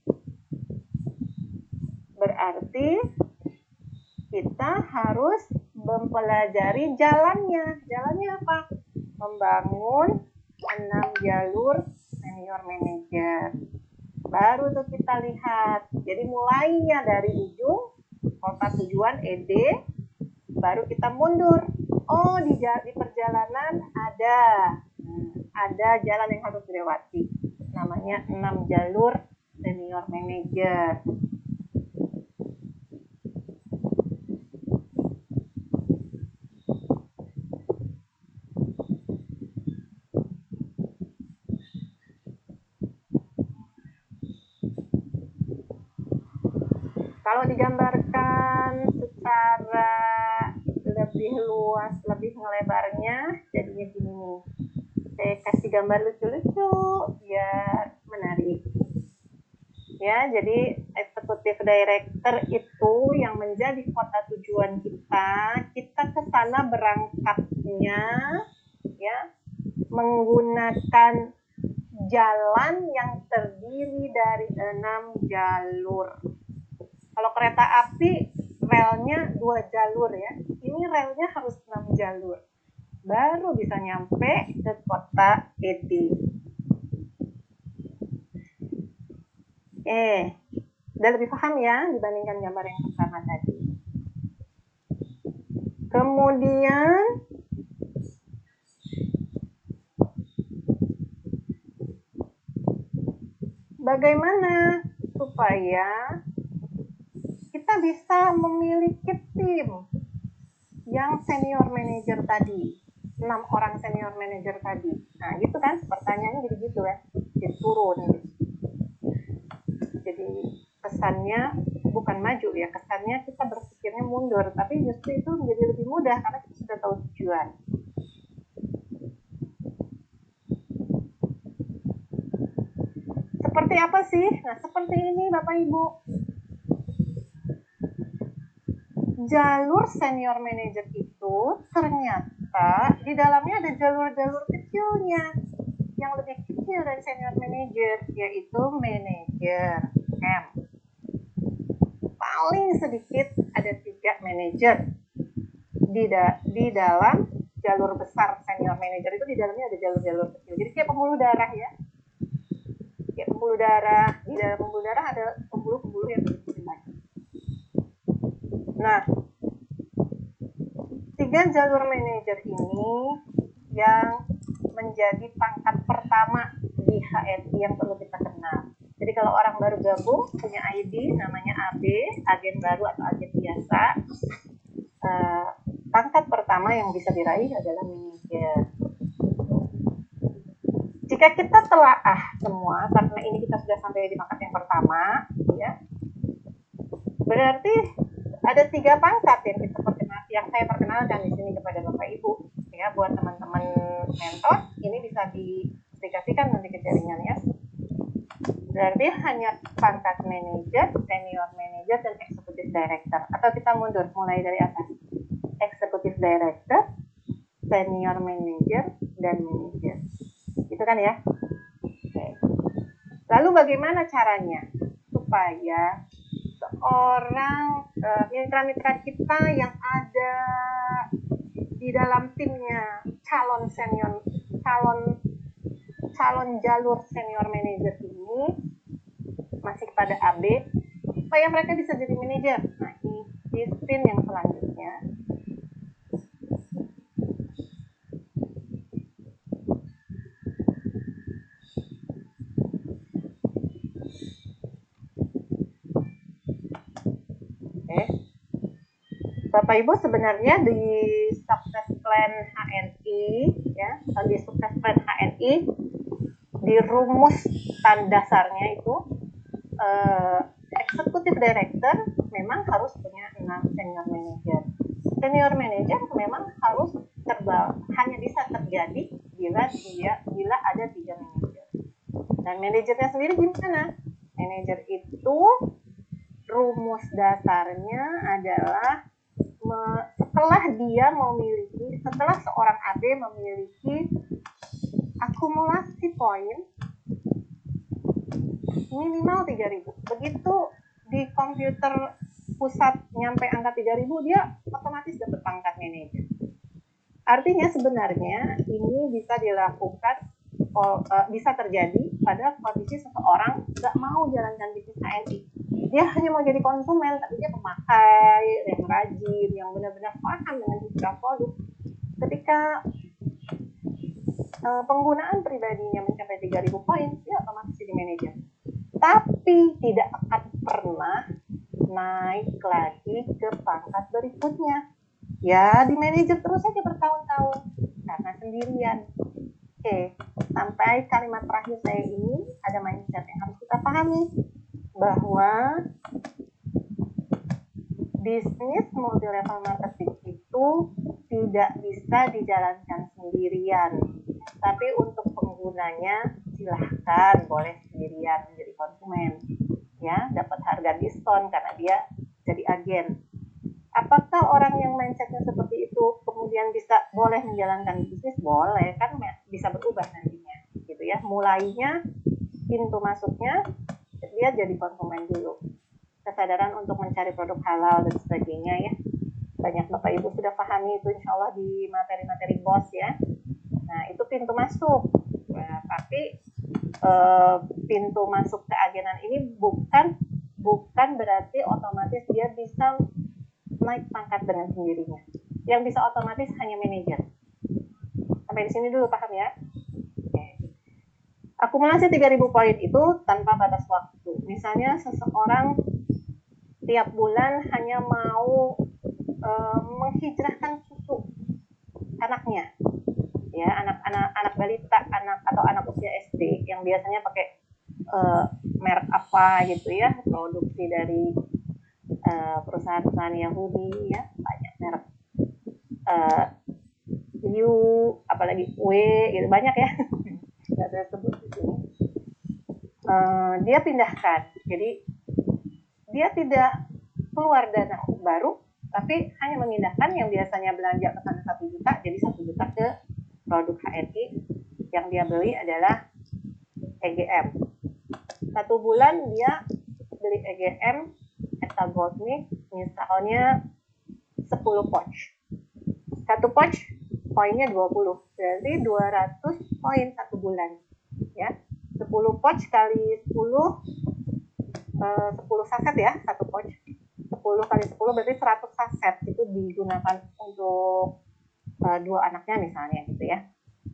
Berarti kita harus mempelajari jalannya. Jalannya apa? Membangun enam jalur senior manager. Baru tuh kita lihat. Jadi mulainya dari ujung kota tujuan E D, baru kita mundur. Oh, di, di perjalanan ada hmm, ada jalan yang harus dilewati. Namanya enam jalur senior manager. Kalau digambarkan secara lebih luas, lebih ngelebarnya, jadinya gini nih. Saya kasih gambar lucu-lucu biar menarik. Ya, jadi eksekutif director itu yang menjadi kota tujuan kita. Kita ke sana berangkatnya ya menggunakan jalan yang terdiri dari enam jalur. Kalau kereta api relnya dua jalur ya, ini relnya harus enam jalur, baru bisa nyampe ke kota E D. Eh, udah lebih paham ya dibandingkan gambar yang pertama tadi. Kemudian bagaimana supaya kita bisa memiliki tim yang senior manager tadi, enam orang senior manager tadi. Nah, gitu kan? Pertanyaannya jadi gitu ya. Jadi turun. Jadi kesannya bukan maju ya, kesannya kita berpikirnya mundur, tapi justru itu menjadi lebih mudah karena kita sudah tahu tujuan. Seperti apa sih? Nah, seperti ini Bapak Ibu. Jalur senior manager itu ternyata di dalamnya ada jalur-jalur kecilnya yang lebih kecil dari senior manager, yaitu manager M. Paling sedikit ada tiga manager di, da di dalam jalur besar senior manager itu. Di dalamnya ada jalur-jalur kecil. Jadi kayak pembuluh darah ya. Kayak pembuluh darah. Di dalam pembuluh darah ada pembuluh-pembuluh yang lebih banyak. Nah, tiga jalur manajer ini yang menjadi pangkat pertama di H R I yang perlu kita kenal. Jadi kalau orang baru gabung punya I D namanya A B, agen baru atau agen biasa, eh, pangkat pertama yang bisa diraih adalah manajer. Jika kita telaah semua, karena ini kita sudah sampai di pangkat yang pertama, ya, berarti ada tiga pangkat yang kita perkenal, yang saya perkenalkan di sini kepada Bapak Ibu, ya, buat teman-teman mentor. Ini bisa diaplikasikan nanti ke jaringan ya. Berarti hanya pangkat manajer, senior manager, dan eksekutif director. Atau kita mundur mulai dari atas. Eksekutif director, senior manager, dan manager. Itu kan ya. Oke. Lalu bagaimana caranya supaya seorang uh, mitra-mitra kita yang ada di dalam timnya calon senior, calon calon jalur senior manager ini masih pada A B, supaya mereka bisa jadi manajer. Nah, ini di screen yang selanjutnya. Oke. Bapak Ibu, sebenarnya di Success Plan H R I ya, di Success Plan H R I di rumus dasarnya itu eh, eksekutif director memang harus punya enam senior manager. Senior manager memang harus terbal, hanya bisa terjadi bila dia bila ada tiga manajer. Dan manajernya sendiri gimana? Manajer itu rumus dasarnya adalah me, setelah dia memiliki, setelah seorang A B memiliki akumulasi poin minimal tiga ribu. Begitu di komputer pusat nyampe angka tiga ribu, dia otomatis dapat pangkat manajer. Artinya sebenarnya ini bisa dilakukan, oh, uh, bisa terjadi pada kondisi seseorang nggak mau jalankan bisnis H R I. Dia hanya mau jadi konsumen, tapi dia pemakai, yang rajin, yang benar-benar paham dengan istilah produk. Ketika uh, penggunaan pribadinya mencapai tiga ribu poin, dia otomatis jadi manajer. Tapi tidak akan pernah naik lagi ke pangkat berikutnya. Ya, di manajer terus saja bertahun-tahun karena sendirian. Oke, sampai kalimat terakhir saya ini ada mindset yang harus kita pahami, bahwa bisnis multi level marketing itu tidak bisa dijalankan sendirian. Tapi untuk penggunanya silahkan boleh sendirian menjadi konsumen, ya, dapat harga diskon karena dia jadi agen. Apakah orang yang mindsetnya seperti itu kemudian bisa boleh menjalankan bisnis? Boleh, kan bisa berubah nantinya, gitu ya. Mulainya, pintu masuknya dia jadi konsumen dulu. Kesadaran untuk mencari produk halal dan sebagainya, ya. Banyak Bapak Ibu sudah pahami itu insya Allah di materi-materi B O S, ya. Nah, itu pintu masuk. Nah, tapi e, pintu masuk ke agenan ini bukan bukan berarti otomatis dia bisa naik pangkat dengan sendirinya. Yang bisa otomatis hanya manajer. Sampai di sini dulu paham, ya? Oke. Akumulasi tiga ribu poin itu tanpa batas waktu. Misalnya seseorang tiap bulan hanya mau e, menghijrahkan susu anaknya, ya, anak-anak anak balita, anak atau anak usia S D yang biasanya pakai e, merek apa gitu, ya, produksi dari Uh, perusahaan-perusahaan Yahudi, ya, banyak merek uh, U, apalagi W, gitu, banyak, ya, nggak saya sebut di sini. Uh, dia pindahkan, jadi dia tidak keluar dana baru, tapi hanya memindahkan yang biasanya belanja ke sana satu juta, jadi satu juta ke produk H R I. Yang dia beli adalah E G M. Satu bulan dia beli E G M Eta Gold nih, misalnya sepuluh pouch. Satu pouch poinnya dua puluh, berarti dua ratus poin satu bulan, ya. sepuluh pouch kali sepuluh, eh, sepuluh saset, ya, satu pouch. sepuluh kali sepuluh berarti seratus saset, itu digunakan untuk eh, dua anaknya misalnya, gitu, ya.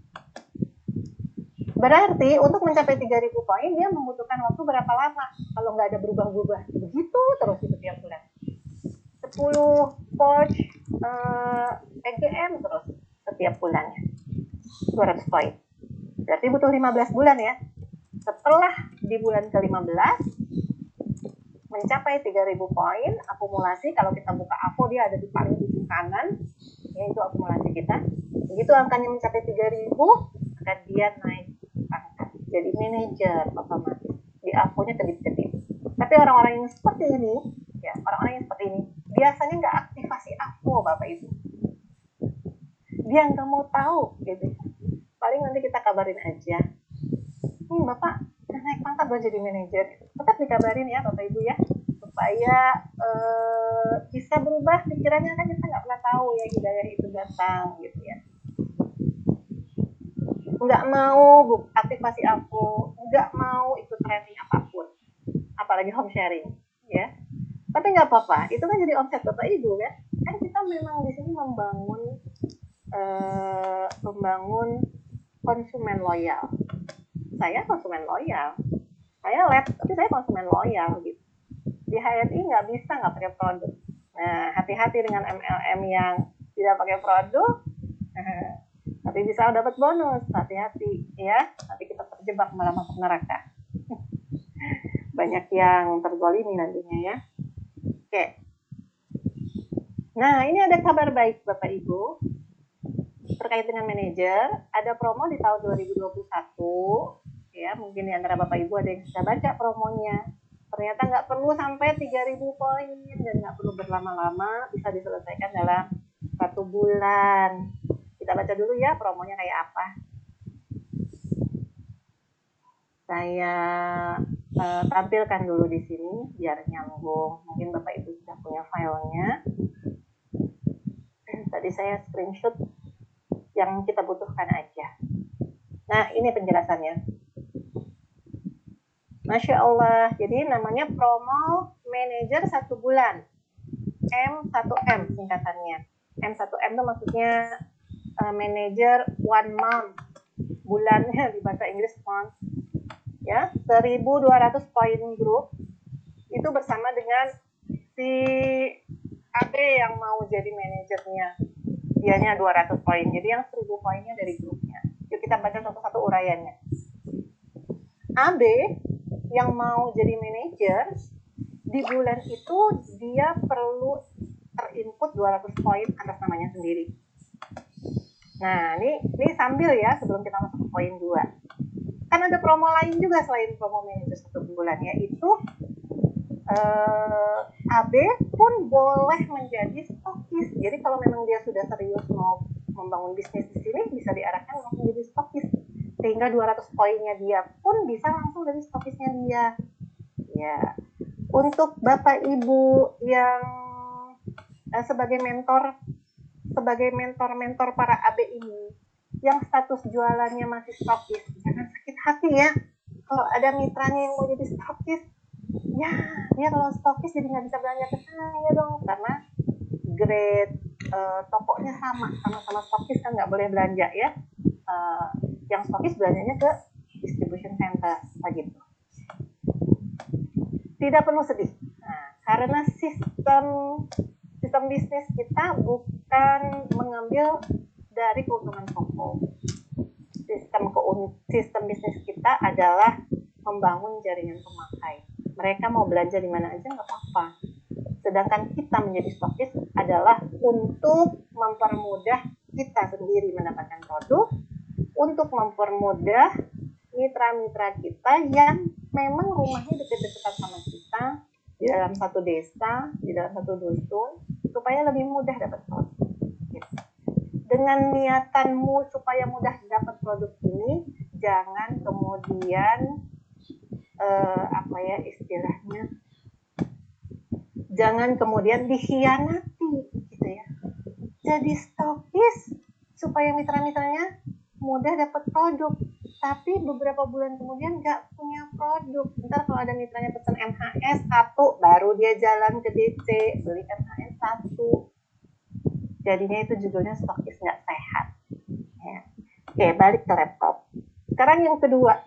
Berarti untuk mencapai tiga ribu poin dia membutuhkan waktu berapa lama? Kalau nggak ada berubah-ubah, begitu terus itu tiap bulan. sepuluh pouch uh, E G M terus setiap bulannya. dua ratus poin. Berarti butuh lima belas bulan, ya. Setelah di bulan ke lima belas mencapai tiga ribu poin akumulasi, kalau kita buka A V O dia ada di paling ujung kanan, yaitu akumulasi kita. Begitu angkanya mencapai tiga ribu, maka dia naik pangkat jadi manajer otomatis. Di A V O-nya kedip-kedip. Tapi orang-orang yang seperti ini, ya, orang-orang yang seperti ini biasanya nggak aktivasi A V O, Bapak Ibu. Dia nggak mau tahu, gitu. Paling nanti kita kabarin aja. Nih, Bapak udah naik pangkat buat jadi manajer. Tetap dikabarin, ya, Bapak Ibu, ya, supaya eh, bisa berubah pikirannya. Kan kita nggak pernah tahu, ya, hidayah itu datang, gitu, ya. Nggak mau aktivasi A V O, nggak mau ikut training apapun, apalagi home sharing, ya. Tapi nggak apa-apa, itu kan jadi omset Bapak Ibu, kan? Kan kita memang di sini membangun eh, membangun konsumen loyal. Saya konsumen loyal, saya lab, tapi saya konsumen loyal, gitu. Di H R I nggak bisa nggak pakai produk. Nah, hati-hati dengan M L M yang tidak pakai produk. Tapi bisa dapat bonus, hati-hati, ya. Nanti kita terjebak malah masuk neraka. Banyak yang terzalimi nantinya, ya. Oke. Nah, ini ada kabar baik Bapak Ibu terkait dengan manajer. Ada promo di tahun dua ribu dua puluh satu, ya. Mungkin di antara Bapak Ibu ada yang sudah baca promonya. Ternyata nggak perlu sampai tiga ribu poin dan nggak perlu berlama-lama, bisa diselesaikan dalam satu bulan. Kita baca dulu ya promonya kayak apa. Saya uh, tampilkan dulu di sini biar nyambung. Mungkin Bapak Ibu sudah punya filenya. Tadi saya screenshot yang kita butuhkan aja. Nah, ini penjelasannya. Masya Allah. Jadi namanya promo manager satu bulan. M satu M singkatannya. M satu M itu maksudnya uh, manager one month. Bulannya di bahasa Inggris month. Ya, seribu dua ratus poin grup itu bersama dengan si A B yang mau jadi manajernya. Dianya dua ratus poin. Jadi yang seribu poinnya dari grupnya. Yuk kita baca satu-satu uraiannya. A B yang mau jadi manajer di bulan itu dia perlu terinput dua ratus poin atas namanya sendiri. Nah, ini ini sambil ya sebelum kita masuk ke poin dua. Kan ada promo lain juga selain promo manajer satu bulan, yaitu eh, A B pun boleh menjadi stokis. Jadi kalau memang dia sudah serius mau membangun bisnis di sini, bisa diarahkan langsung jadi stokis. Sehingga dua ratus poinnya dia pun bisa langsung dari stokisnya dia. Ya, untuk Bapak Ibu yang eh, sebagai mentor, sebagai mentor-mentor para A B ini, yang status jualannya masih stokis, jangan sakit hati ya. Kalau ada mitranya yang mau jadi stokis, ya dia kalau stokis jadi nggak bisa belanja ke saya dong, karena grade uh, tokonya sama, sama-sama stokis kan nggak boleh belanja ya. Uh, yang stokis belanjanya ke distribution center, begitu. Tidak perlu sedih. Nah, karena sistem sistem bisnis kita bukan mengambil dari keuntungan toko. Sistem keun sistem bisnis kita adalah membangun jaringan pemakai. Mereka mau belanja di mana aja nggak apa-apa. Sedangkan kita menjadi stokis adalah untuk mempermudah kita sendiri mendapatkan produk, untuk mempermudah mitra-mitra kita yang memang rumahnya dekat-dekatan sama kita di dalam satu desa, di dalam satu dusun, supaya lebih mudah dapat produk. Gitu. Dengan niatanmu supaya mudah dapat produk ini, jangan kemudian eh, apa ya istilahnya, jangan kemudian dikhianati gitu ya. Jadi stokis supaya mitra-mitranya mudah dapat produk, tapi beberapa bulan kemudian nggak punya produk. Ntar kalau ada mitranya pesan M H S satu, baru dia jalan ke D C beli M H S satu. Jadinya itu judulnya stokis nggak sehat. Ya. Oke, balik ke laptop. Sekarang yang kedua,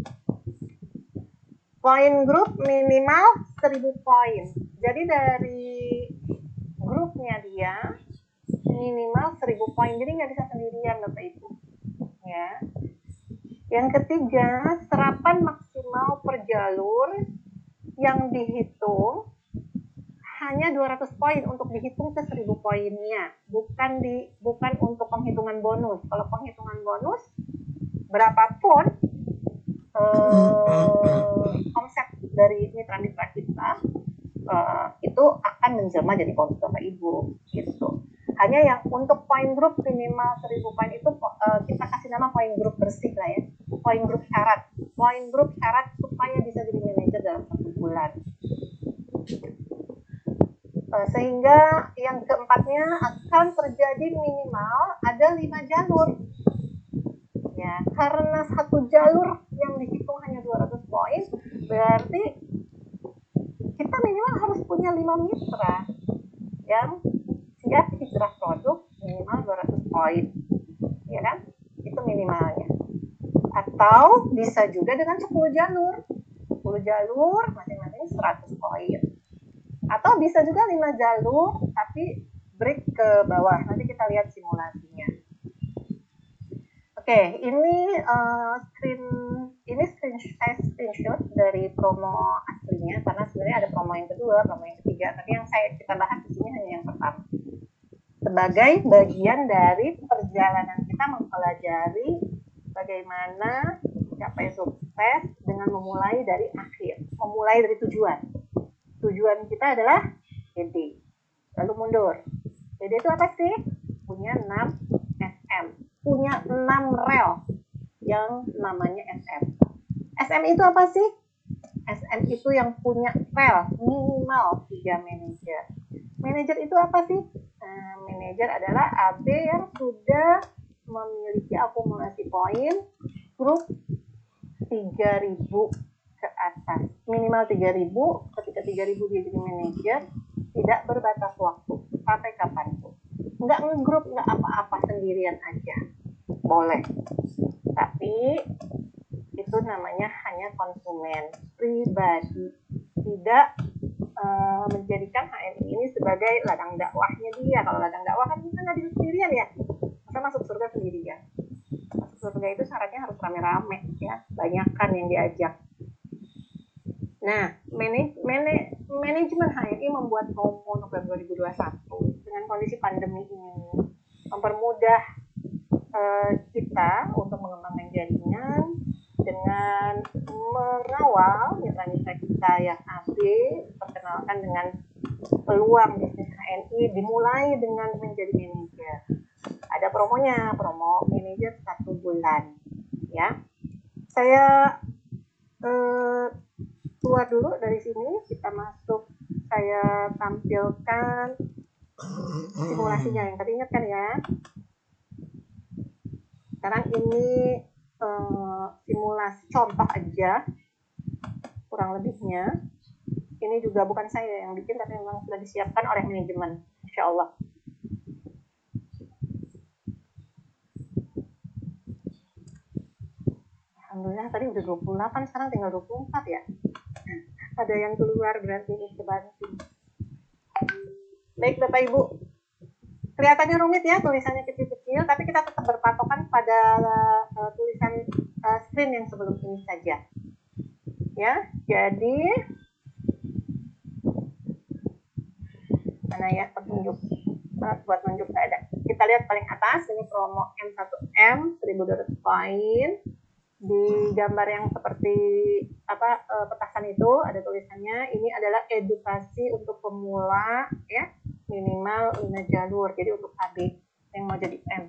poin grup minimal seribu poin. Jadi dari grupnya dia minimal seribu poin. Jadi nggak bisa sendirian Bapak Ibu. Ya. Yang ketiga, serapan maksimal per jalur yang dihitung hanya dua ratus poin untuk dihitung ke seribu poinnya, bukan di bukan untuk penghitungan bonus. Kalau penghitungan bonus berapapun eh, omset dari mitra-mitra kita eh, itu akan menjelma jadi bonus Bapak Ibu gitu. Hanya yang untuk poin grup minimal seribu poin itu eh, kita kasih nama poin grup bersih lah ya. Poin grup syarat. Poin grup syarat supaya bisa jadi manajer dalam satu bulan. Sehingga yang keempatnya akan terjadi minimal ada lima jalur. Ya, karena satu jalur yang dihitung hanya dua ratus poin, berarti kita minimal harus punya lima mitra yang siap hijrah produk minimal dua ratus poin. Ya kan? Itu minimalnya. Atau bisa juga dengan sepuluh jalur. sepuluh jalur masing-masing seratus poin. Atau bisa juga lima jalur tapi break ke bawah. Nanti kita lihat simulasinya. Oke, ini uh, screen ini screen saya screenshot dari promo aslinya karena sebenarnya ada promo yang kedua, promo yang ketiga, tapi yang saya kita bahas di sini hanya yang pertama. Sebagai bagian dari perjalanan kita mempelajari bagaimana mencapai sukses dengan memulai dari akhir, memulai dari tujuan. Tujuan kita adalah P D. Lalu mundur. P D itu apa sih? punya enam S M, punya enam rel yang namanya S M. S M itu apa sih? S M itu yang punya rel minimal tiga manajer. Manajer itu apa sih? Nah, manajer adalah A B yang sudah memiliki akumulasi poin grup tiga ribu ke atas. Minimal tiga ribu, ketika tiga ribu dia jadi manajer, tidak berbatas waktu, sampai kapanpun. Nggak ngegrup, nggak apa-apa, sendirian aja. Boleh. Tapi itu namanya hanya konsumen pribadi, tidak uh, menjadikan H M I ini sebagai ladang dakwahnya dia. Kalau ladang dakwah kan kita nggak bisa sendirian ya, masa masuk surga sendirian. Masuk surga itu syaratnya harus rame-rame ya, banyakkan yang diajak. Nah, manaj manaj manajemen H M I membuat promo November dua ribu dua puluh satu dengan kondisi pandemi ini mempermudah uh, kita untuk mengembangkan jaringan dengan mengawal mitra-mitra kita yang A B, perkenalkan dengan peluang bisnis H M I dimulai dengan menjadi manajer. Ada promonya, promo manajer satu bulan. Ya, saya eh, keluar dulu dari sini, kita masuk. Saya tampilkan simulasinya yang tadi ingat kan ya. Sekarang ini Uh, simulasi contoh aja kurang lebihnya. Ini juga bukan saya yang bikin, tapi memang sudah disiapkan oleh manajemen, insya Allah. Alhamdulillah tadi udah dua puluh delapan, sekarang tinggal dua puluh empat ya. Ada yang keluar berarti ini kebanting. Baik Bapak Ibu, kelihatannya rumit ya, tulisannya kecil-kecil, tapi kita tetap berpatokan pada uh, tulisan uh, screen yang sebelum ini saja. Ya, jadi mana ya petunjuk uh, buat tunjuk ada. Kita lihat paling atas ini promo M satu M seribu dua ratus poin. Di gambar yang seperti apa uh, petasan itu ada tulisannya, ini adalah edukasi untuk pemula ya, minimal lima jalur. Jadi untuk A B yang mau jadi M.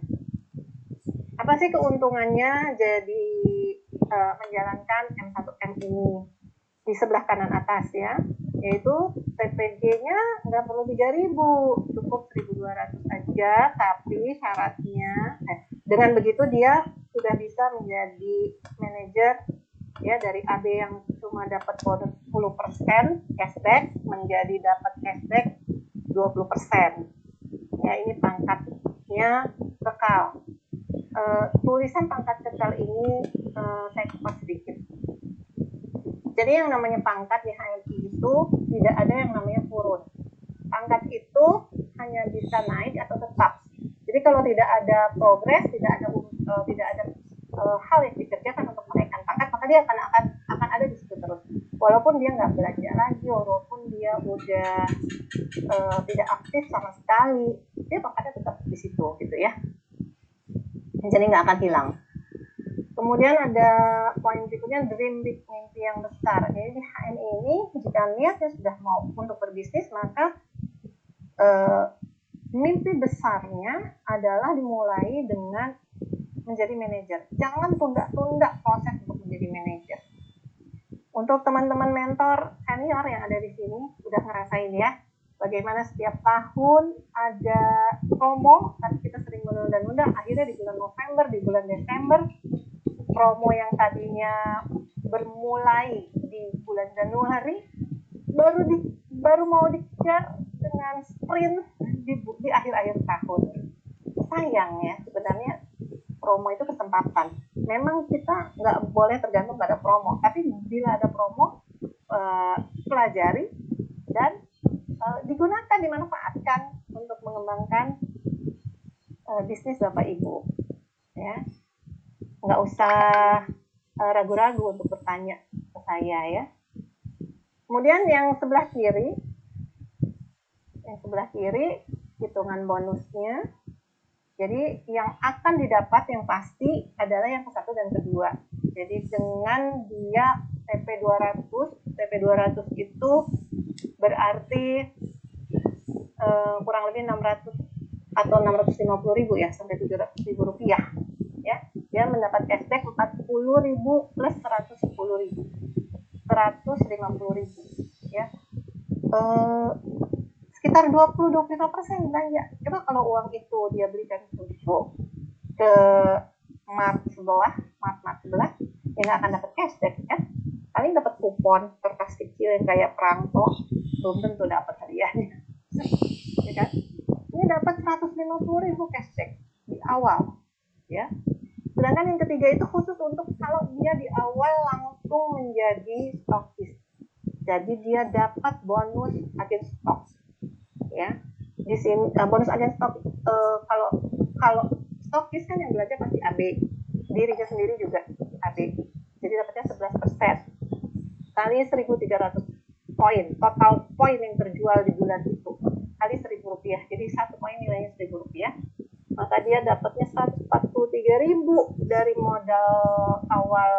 Apa sih keuntungannya jadi uh, menjalankan M satu M ini? Di sebelah kanan atas ya, yaitu T P G-nya nggak perlu tiga ribu, cukup seribu dua ratus aja, tapi syaratnya eh, dengan begitu dia sudah bisa menjadi manajer ya, dari A B yang cuma dapat bonus sepuluh persen cashback menjadi dapat cashback dua puluh persen. Ya, ini pangkatnya kekal. Uh, tulisan pangkat kekal ini uh, saya kupas sedikit. Jadi yang namanya pangkat di H M I itu tidak ada yang namanya turun. Pangkat itu hanya bisa naik atau tetap. Jadi kalau tidak ada progres, tidak ada uh, tidak ada uh, hal yang dikerjakan untuk menaikkan pangkat, maka dia akan akan akan ada di situ terus. Walaupun dia nggak belajar lagi, walaupun dia udah uh, tidak aktif sama sekali, dia pangkatnya tetap di situ gitu ya. Jadi nggak akan hilang. Kemudian ada poin berikutnya, dream big, mimpi yang besar. Jadi di H M I ini jika niatnya sudah mau untuk berbisnis, maka eh, mimpi besarnya adalah dimulai dengan menjadi manajer. Jangan tunda-tunda proses untuk menjadi manajer. Untuk teman-teman mentor senior yang ada di sini udah ngerasain ya, bagaimana setiap tahun ada promo, tapi kita sering menunda-nunda, akhirnya di bulan November, di bulan Desember, promo yang tadinya bermulai di bulan Januari baru di baru mau dikejar dengan sprint di, di akhir-akhir tahun. Sayang ya, sebenarnya promo itu kesempatan. Memang kita nggak boleh tergantung pada promo, tapi bila ada promo, eh, pelajari dan eh, digunakan, dimanfaatkan untuk mengembangkan eh, bisnis Bapak Ibu. Ya, nggak usah uh, ragu-ragu untuk bertanya ke saya ya. Kemudian yang sebelah kiri, yang sebelah kiri hitungan bonusnya. Jadi yang akan didapat yang pasti adalah yang ke satu dan kedua. Jadi dengan dia T P dua ratus, T P dua ratus itu berarti uh, kurang lebih enam ratus atau enam ratus lima puluh ribu ya, sampai tujuh ratus ribu rupiah ya, dia mendapat cashback empat puluh ribu plus seratus sepuluh ribu, seratus lima puluh ribu ya, eh, sekitar dua puluh sampai dua puluh lima persen belanja. Coba kalau uang itu dia belikan susu ke mart sebelah, mart-mart sebelah, ya nggak akan dapat cashback kan, paling dapat kupon kertas kecil yang kayak perangko, belum tentu dapat hadiahnya ya kan. Ini dapat seratus lima puluh ribu cashback di awal ya. Sedangkan yang ketiga itu khusus untuk kalau dia di awal langsung menjadi stokis, jadi dia dapat bonus agen stok ya. Di sini uh, bonus agen stok, uh, kalau kalau stokis kan yang belanja pasti A B, dirinya sendiri juga A B, jadi dapatnya sebelas persen kali seribu tiga ratus poin, total poin yang terjual di bulan itu kali seribu rupiah, jadi satu poin nilainya seribu rupiah, maka dia dapatnya seratus empat puluh tiga ribu dari modal awal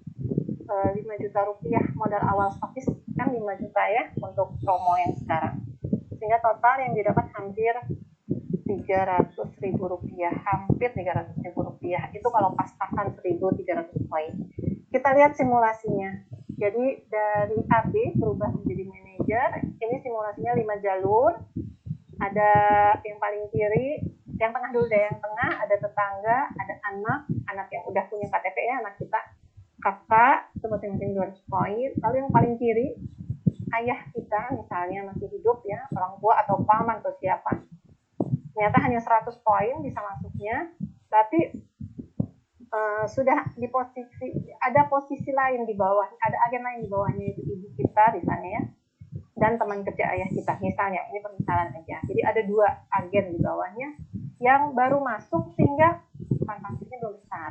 uh, lima juta rupiah, modal awal stokis kan lima juta ya untuk promo yang sekarang, sehingga total yang didapat hampir tiga ratus ribu rupiah, hampir tiga ratus ribu rupiah, itu kalau pas-pasan seribu tiga ratus poin. Kita lihat simulasinya. Jadi dari A B berubah menjadi manajer, ini simulasinya lima jalur, ada yang paling kiri, yang tengah dulu deh, yang tengah ada tetangga, ada anak, anak yang udah punya K T P ya, anak kita, kakak, itu masing-masing dua ratus poin, lalu yang paling kiri, ayah kita misalnya masih hidup ya, orang tua atau paman atau siapa, ternyata hanya seratus poin bisa masuknya, tapi uh, sudah di posisi, ada posisi lain di bawah, ada agen lain di bawahnya, itu ibu kita misalnya ya, dan teman kerja ayah kita misalnya, ini permisalan aja, jadi ada dua agen di bawahnya yang baru masuk sehingga transaksinya belum besar,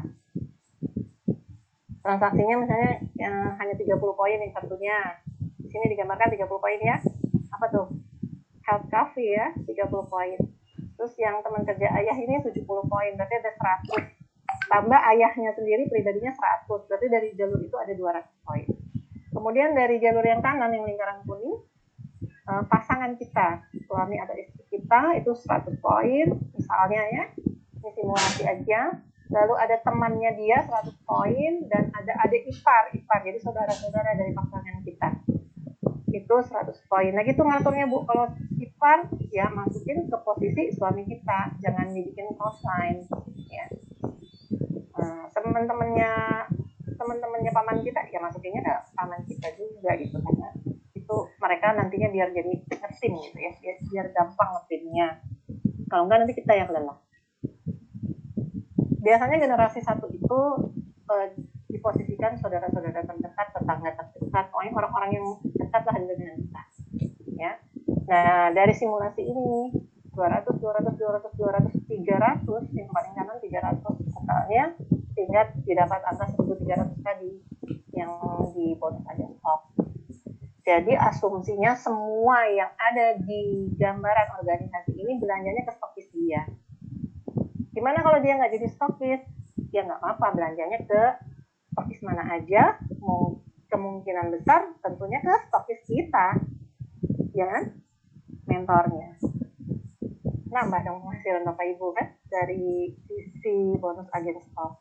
transaksinya misalnya yang hanya tiga puluh poin yang satunya, di sini digambarkan tiga puluh poin ya, apa tuh, health coffee ya, tiga puluh poin. Terus yang teman kerja ayah ini tujuh puluh poin, berarti ada seratus. Tambah ayahnya sendiri pribadinya seratus, berarti dari jalur itu ada dua ratus poin. Kemudian dari jalur yang kanan yang lingkaran kuning, pasangan kita, suami atau istri kita itu seratus poin, misalnya ya, ini simulasi aja. Lalu ada temannya dia seratus poin, dan ada adik ipar, ipar, jadi saudara-saudara dari pasangan kita. Itu seratus poin. Nah gitu ngaturnya Bu, kalau ipar ya masukin ke posisi suami kita, jangan dibikin crossline ya. Nah, teman-temannya teman-temannya paman kita ya masukinnya ke paman kita juga gitu, karena itu mereka nantinya biar jadi ngetim gitu ya, biar, biar gampang ngetimnya, kalau enggak nanti kita yang lelah. Biasanya generasi satu itu eh, diposisikan saudara-saudara terdekat, tetangga terdekat, pokoknya orang-orang yang dekat lah dengan kita ya. Nah dari simulasi ini dua ratus, dua ratus, dua ratus, dua ratus, tiga ratus, yang paling kanan tiga ratus totalnya, sehingga didapat angka seribu tiga ratus tadi yang di bonus agen stok. Jadi asumsinya semua yang ada di gambaran organisasi ini belanjanya ke stokis dia. Gimana kalau dia nggak jadi stokis? Ya nggak apa-apa, belanjanya ke stokis mana aja, mau kemungkinan besar tentunya ke stokis kita, ya kan? Mentornya. Nambah dong penghasilan Bapak Ibu kan dari sisi bonus agen stok.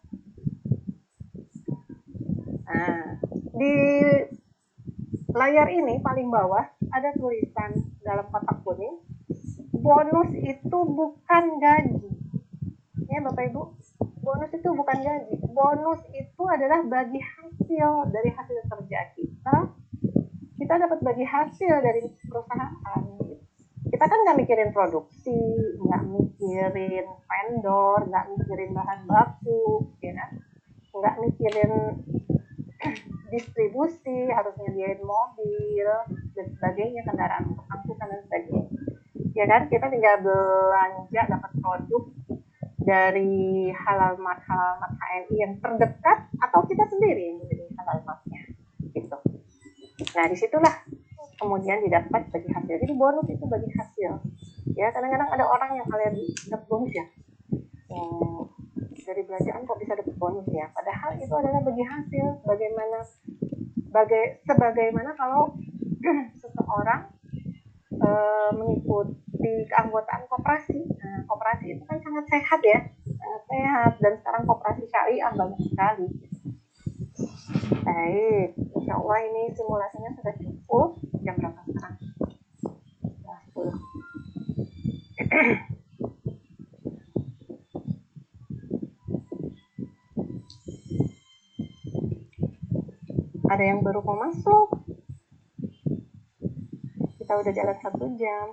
Nah, di layar ini paling bawah ada tulisan dalam kotak kuning, bonus itu bukan gaji. Ya Bapak Ibu, bonus itu bukan gaji. Bonus itu adalah bagi hasil dari hasil kerja kita. Kita dapat bagi hasil dari perusahaan. Kita kan nggak mikirin produksi, nggak mikirin vendor, nggak mikirin bahan baku, ya kan? Nggak mikirin distribusi, harus nyediain mobil dan sebagainya, kendaraan untuk angkutan dan sebagainya. Ya kan, kita tinggal belanja dapat produk dari halal mart halal mart H M I yang terdekat atau kita sendiri yang menjadi halal martnya gitu. Nah disitulah kemudian didapat bagi hasil. Jadi bonus itu bagi hasil ya. Kadang-kadang ada orang yang alergi dapat bonus ya, oh, dari belanjaan kok bisa dapat bonus ya, padahal itu adalah bagi hasil. Bagaimana baga, sebagaimana kalau seseorang e, mengikut mengikuti keanggotaan koperasi. Nah, koperasi itu kan sangat sehat ya, sangat sehat, dan sekarang koperasi syariah banyak sekali. Baik, insya Allah ini simulasinya sudah cukup. Jam berapa sekarang? Jam sepuluh. Ada yang baru mau masuk. Kita udah jalan satu jam.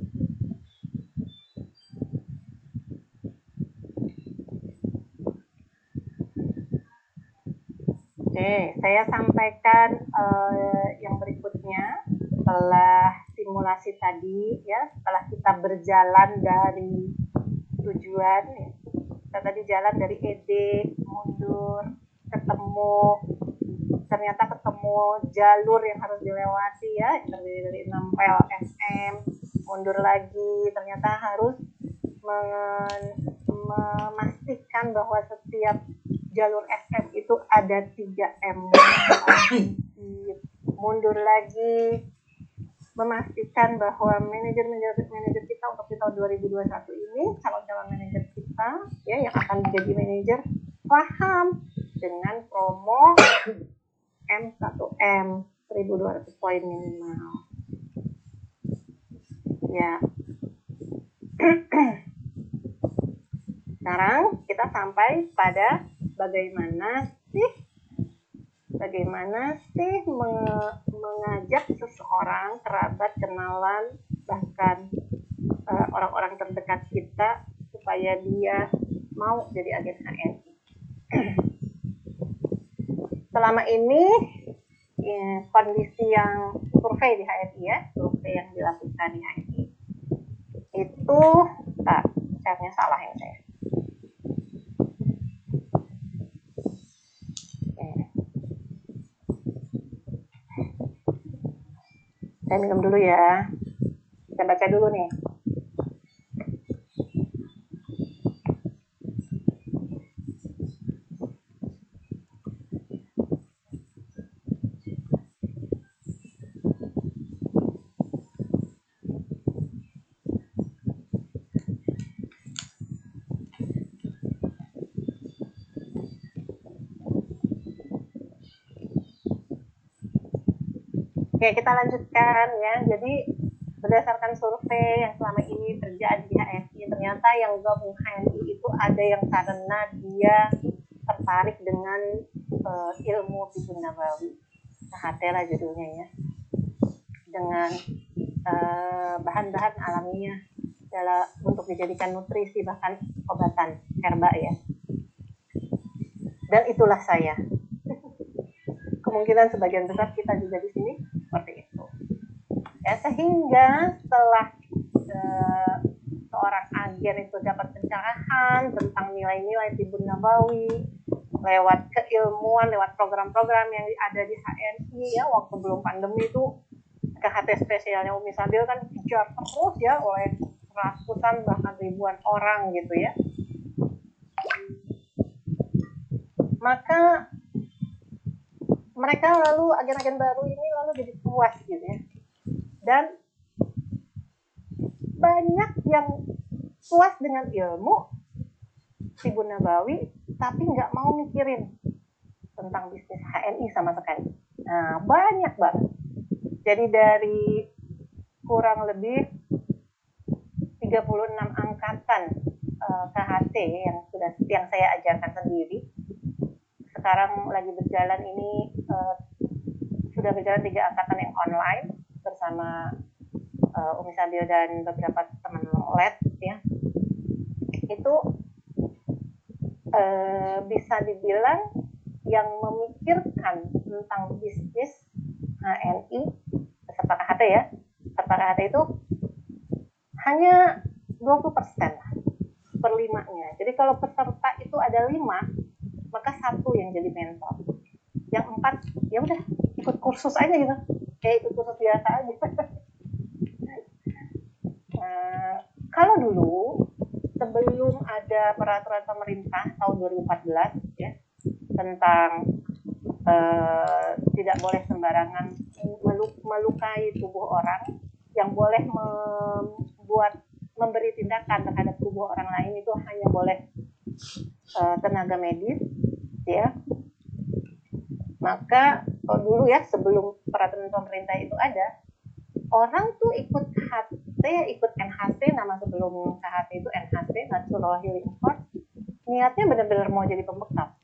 Oke, saya sampaikan uh, yang berikutnya setelah simulasi tadi ya, setelah kita berjalan dari tujuan ya. Kita tadi jalan dari E D, mundur, ketemu, ternyata ketemu jalur yang harus dilewati ya, yang terdiri dari enam rel S M, mundur lagi, ternyata harus memastikan bahwa setiap jalur S M itu ada tiga M. Mundur lagi, memastikan bahwa manajer-manajer manajer kita untuk di tahun dua ribu dua puluh satu ini, calon-calon manajer kita ya yang akan menjadi manajer paham dengan promo M satu M seribu dua ratus poin minimal. Ya. Sekarang kita sampai pada bagaimana sih bagaimana sih mengajak seseorang, kerabat, kenalan, bahkan uh, orang-orang terdekat kita supaya dia mau jadi agen H N I. Selama ini ya, kondisi yang survei di H N I ya, survei yang dilakukan di H N I itu, ah, share-nya salah ya saya. Saya minum dulu ya. Saya baca dulu nih. Oke, kita lanjutkan ya. Jadi berdasarkan survei yang selama ini terjadi di H N I, ternyata yang gabung H N I itu ada yang karena dia tertarik dengan uh, ilmu Tibbun Nabawi, K H T lah judulnya ya, dengan uh, bahan-bahan alamiah dalam untuk dijadikan nutrisi bahkan obatan herba ya. Dan itulah saya. Kemungkinan sebagian besar kita juga di sini seperti itu. Ya, sehingga setelah uh, seorang agen itu dapat pencerahan tentang nilai-nilai Tibbun Nabawi lewat keilmuan, lewat program-program yang ada di H N I ya, waktu belum pandemi itu K H T spesialnya Umi Sabil kan dikejar terus ya oleh ratusan bahkan ribuan orang gitu ya. Maka mereka lalu agen-agen baru ini lalu jadi puas gitu ya, dan banyak yang puas dengan ilmu Tibbun Nabawi tapi nggak mau mikirin tentang bisnis H N I sama sekali. Nah, banyak banget. Jadi dari kurang lebih tiga puluh enam angkatan uh, K H T yang sudah yang saya ajarkan sendiri, sekarang lagi berjalan ini uh, sudah berjalan tiga angkatan yang online bersama uh, Umi Sabil dan beberapa teman L E D ya. Itu uh, bisa dibilang yang memikirkan tentang bisnis H N I peserta K H T ya, peserta K H T itu hanya dua puluh persen per limanya. Jadi kalau peserta itu ada lima, maka satu yang jadi mentor. Yang empat, ya udah ikut kursus aja gitu. Kayak ikut kursus biasa aja. Nah, kalau dulu sebelum ada peraturan pemerintah tahun dua ribu empat belas ya tentang uh, tidak boleh sembarangan melukai tubuh orang, yang boleh membuat memberi tindakan terhadap tubuh orang lain itu hanya boleh uh, tenaga medis, ya. Maka oh dulu ya, sebelum peraturan pemerintah itu ada, orang tuh ikut K H T, ikut N H C, nama sebelum K H T itu N H C, Natural Healing Course, niatnya benar-benar mau jadi pembekam.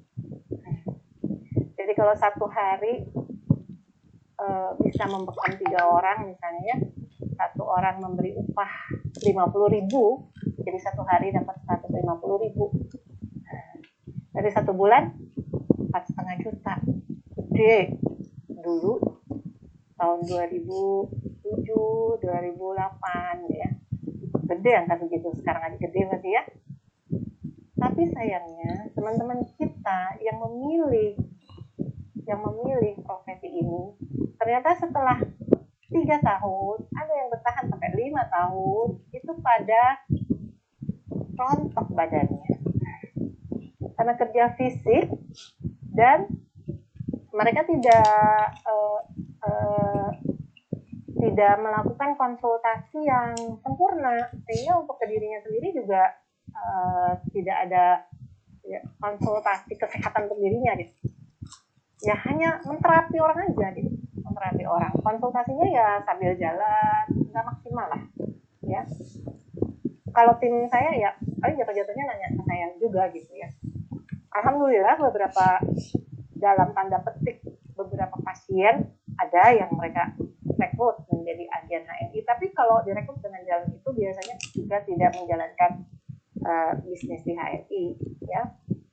Jadi kalau satu hari uh, bisa membekam tiga orang misalnya ya, satu orang memberi upah lima puluh ribu, jadi satu hari dapat seratus lima puluh ribu. Dari satu bulan empat setengah juta, gede. Dulu tahun dua ribu tujuh, dua ribu delapan ya, gede angka segitu. Sekarang aja gede berarti ya. Tapi sayangnya teman-teman kita yang memilih yang memilih profesi ini, ternyata setelah tiga tahun, ada yang bertahan sampai lima tahun, itu pada rontok badannya karena kerja fisik, dan mereka tidak uh, uh, tidak melakukan konsultasi yang sempurna, sehingga untuk ke dirinya sendiri juga uh, tidak ada ya, konsultasi kesehatan untuk dirinya gitu. Ya hanya menterapi orang aja gitu, menterapi orang. Konsultasinya ya sambil jalan, nggak maksimal lah ya. Kalau tim saya ya paling jatuh-jatuhnya nanya ke saya juga gitu ya. Alhamdulillah beberapa, dalam tanda petik, beberapa pasien ada yang mereka rekrut menjadi agen H N I, tapi kalau direkrut dengan jalan itu biasanya juga tidak menjalankan uh, bisnis di H N I ya.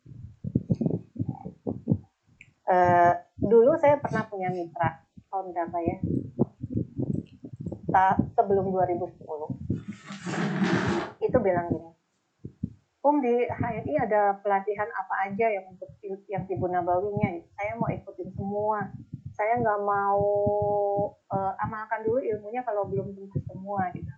Uh, dulu saya pernah punya mitra tahun berapa ya, Ta, sebelum dua ribu sepuluh, itu bilang gini, Om di H N I ada pelatihan apa aja yang untuk yang Tibu Nabawinya, saya mau ikutin semua, saya nggak mau uh, amalkan dulu ilmunya kalau belum tentu semua gitu.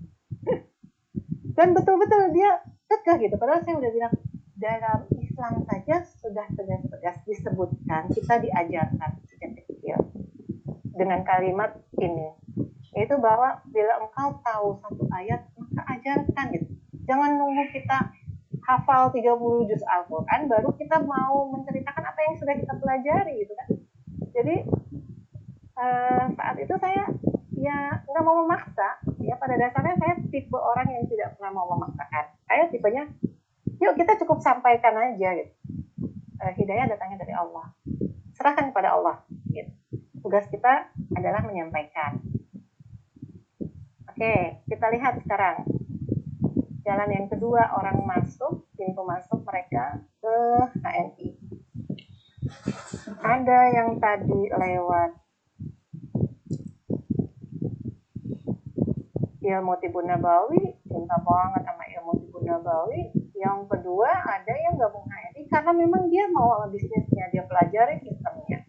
Dan betul-betul dia kekeh gitu, padahal saya udah bilang dalam Islam saja sudah tegas-tegas disebutkan, kita diajarkan sejak kecil dengan kalimat ini, yaitu bahwa bila engkau tahu satu ayat maka ajarkan gitu. Jangan nunggu kita hafal tiga puluh juz Al-Quran baru kita mau menceritakan apa yang sudah kita pelajari gitu kan. Jadi uh, saat itu saya ya nggak mau memaksa ya, pada dasarnya saya tipe orang yang tidak pernah mau memaksakan. Saya tipenya yuk kita cukup sampaikan aja gitu. Uh, hidayah datangnya dari Allah, serahkan kepada Allah gitu. Tugas kita adalah menyampaikan. Oke, kita lihat sekarang jalan yang kedua, orang masuk, pintu masuk mereka ke H N I. Ada yang tadi lewat ilmu Tibu Nabawi, cinta banget sama ilmu Tibu Nabawi. Yang kedua ada yang gabung H N I karena memang dia mau bisnisnya, dia pelajari sistemnya.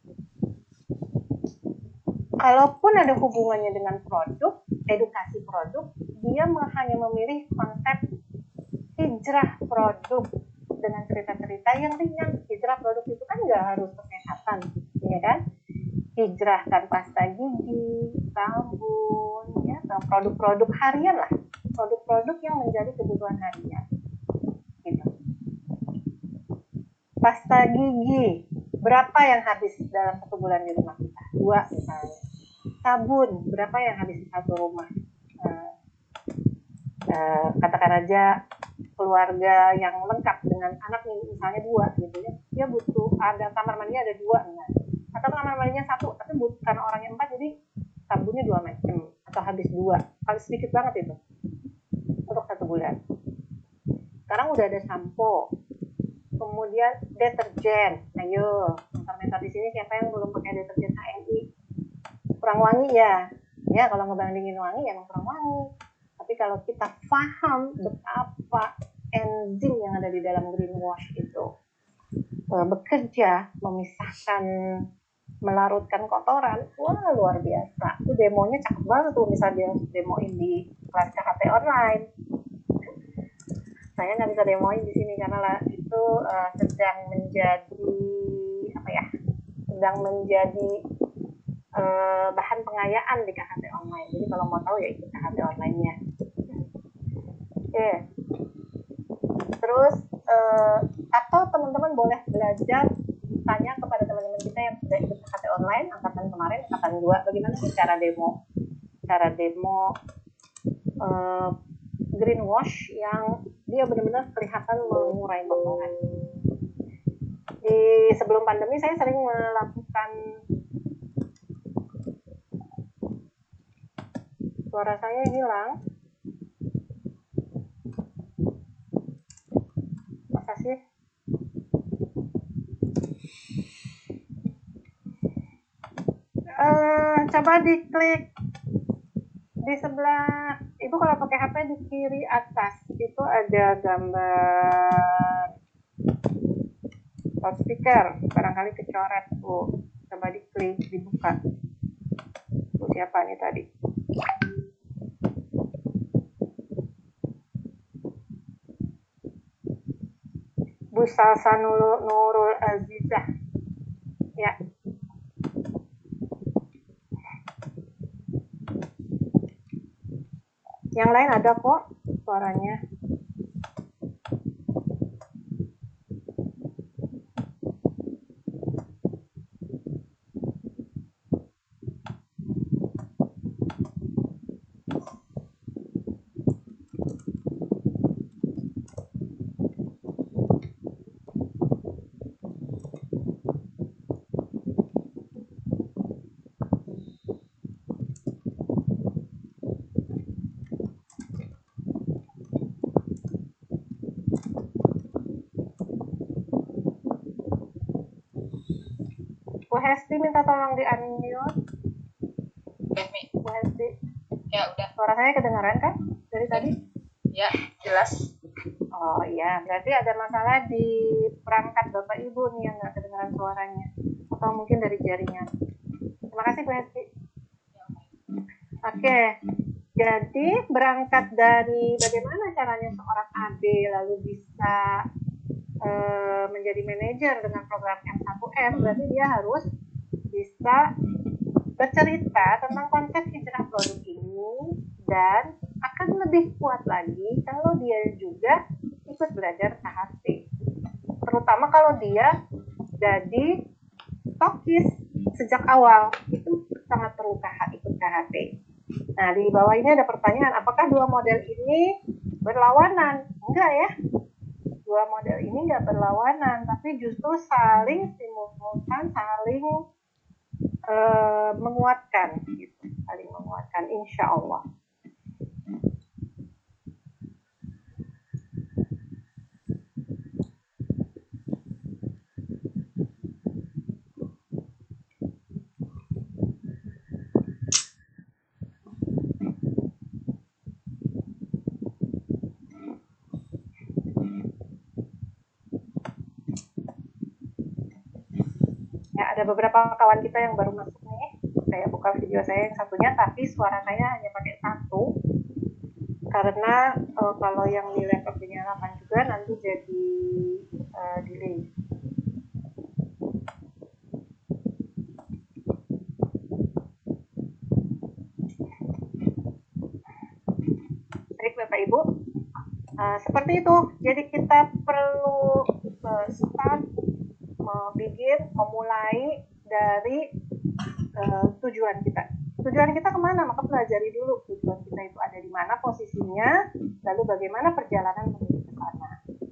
Kalaupun ada hubungannya dengan produk, edukasi produk, dia hanya memilih konsep hijrah produk dengan cerita-cerita yang ringan. Hijrah produk itu kan nggak harus kesehatan, ya kan? Hijrahkan pasta gigi, sabun, ya, produk-produk harian lah, produk-produk yang menjadi kebutuhan harian. Gitu. Pasta gigi, berapa yang habis dalam satu bulan di rumah kita? Dua misalnya. Sabun, berapa yang habis di satu rumah? Uh, uh, katakan aja keluarga yang lengkap dengan anak misalnya dua gitu ya, dia butuh ada kamar mandinya ada dua misalnya, atau kamar mandinya satu tapi bukan orangnya empat, jadi sabunnya dua macam atau habis dua, kalau sedikit banget itu untuk satu bulan. Sekarang udah ada sampo, kemudian deterjen. Ayo, mentor-mentor di sini siapa yang belum pakai deterjen H N I? Kurang wangi ya, ya kalau ngebandingin wangi ya emang kurang wangi. Tapi kalau kita paham betapa enzim yang ada di dalam greenwash itu e, bekerja memisahkan, melarutkan kotoran, wah luar biasa. Itu demonya cakep banget tuh, misalnya demoin di kelas K H T online. Saya nggak bisa demoin di sini karena lah itu e, sedang menjadi apa ya, sedang menjadi Uh, bahan pengayaan di K H T online. Jadi kalau mau tahu ya ikut K H T online-nya. Oke. Terus uh, atau teman-teman boleh belajar tanya kepada teman-teman kita yang sudah ikut H K T online angkatan kemarin, angkatan dua, bagaimana sih cara demo cara demo uh, greenwash yang dia benar-benar kelihatan mengurai kotoran. Di sebelum pandemi saya sering melakukan, suara saya hilang, masa sih? Uh, coba diklik di sebelah ibu kalau pakai H P di kiri atas itu ada gambar loudspeaker, barangkali kecoret tuh, coba diklik, dibuka tuh, siapa nih tadi? Bu Salsa Nurul Azizah ya. Yang lain ada kok suaranya. Bu Hesti minta tolong di unmute. Bu Hesti. Ya udah. Suara saya kedengaran kan dari tadi? Ya jelas. Oh iya, berarti ada masalah di perangkat Bapak Ibu nih yang nggak kedengaran suaranya, atau mungkin dari jaringan. Terima kasih Bu Hesti. Oke, jadi berangkat dari bagaimana caranya seorang A B lalu bisa Uh, menjadi manajer dengan program M satu M, berarti dia harus bisa bercerita tentang konsep hijrah produk ini dan akan lebih kuat lagi kalau dia juga ikut belajar K H T, terutama kalau dia jadi stokis sejak awal, itu sangat perlu ikut K H T. Nah, di bawah ini ada pertanyaan, apakah dua model ini berlawanan? Enggak ya, dua model ini nggak berlawanan, tapi justru saling simultan, saling uh, menguatkan, gitu. saling menguatkan, insya Allah. Ada beberapa kawan kita yang baru masuk nih, saya buka video saya yang satunya, tapi suara saya hanya pakai satu, karena uh, kalau yang di laptop dinyalakan juga nanti jadi uh, delay. Baik Bapak Ibu, uh, seperti itu, jadi kita perlu uh, start bikin, memulai dari uh, tujuan kita. Tujuan kita kemana? Maka pelajari dulu tujuan kita itu ada di mana posisinya, lalu bagaimana perjalanan menuju ke sana.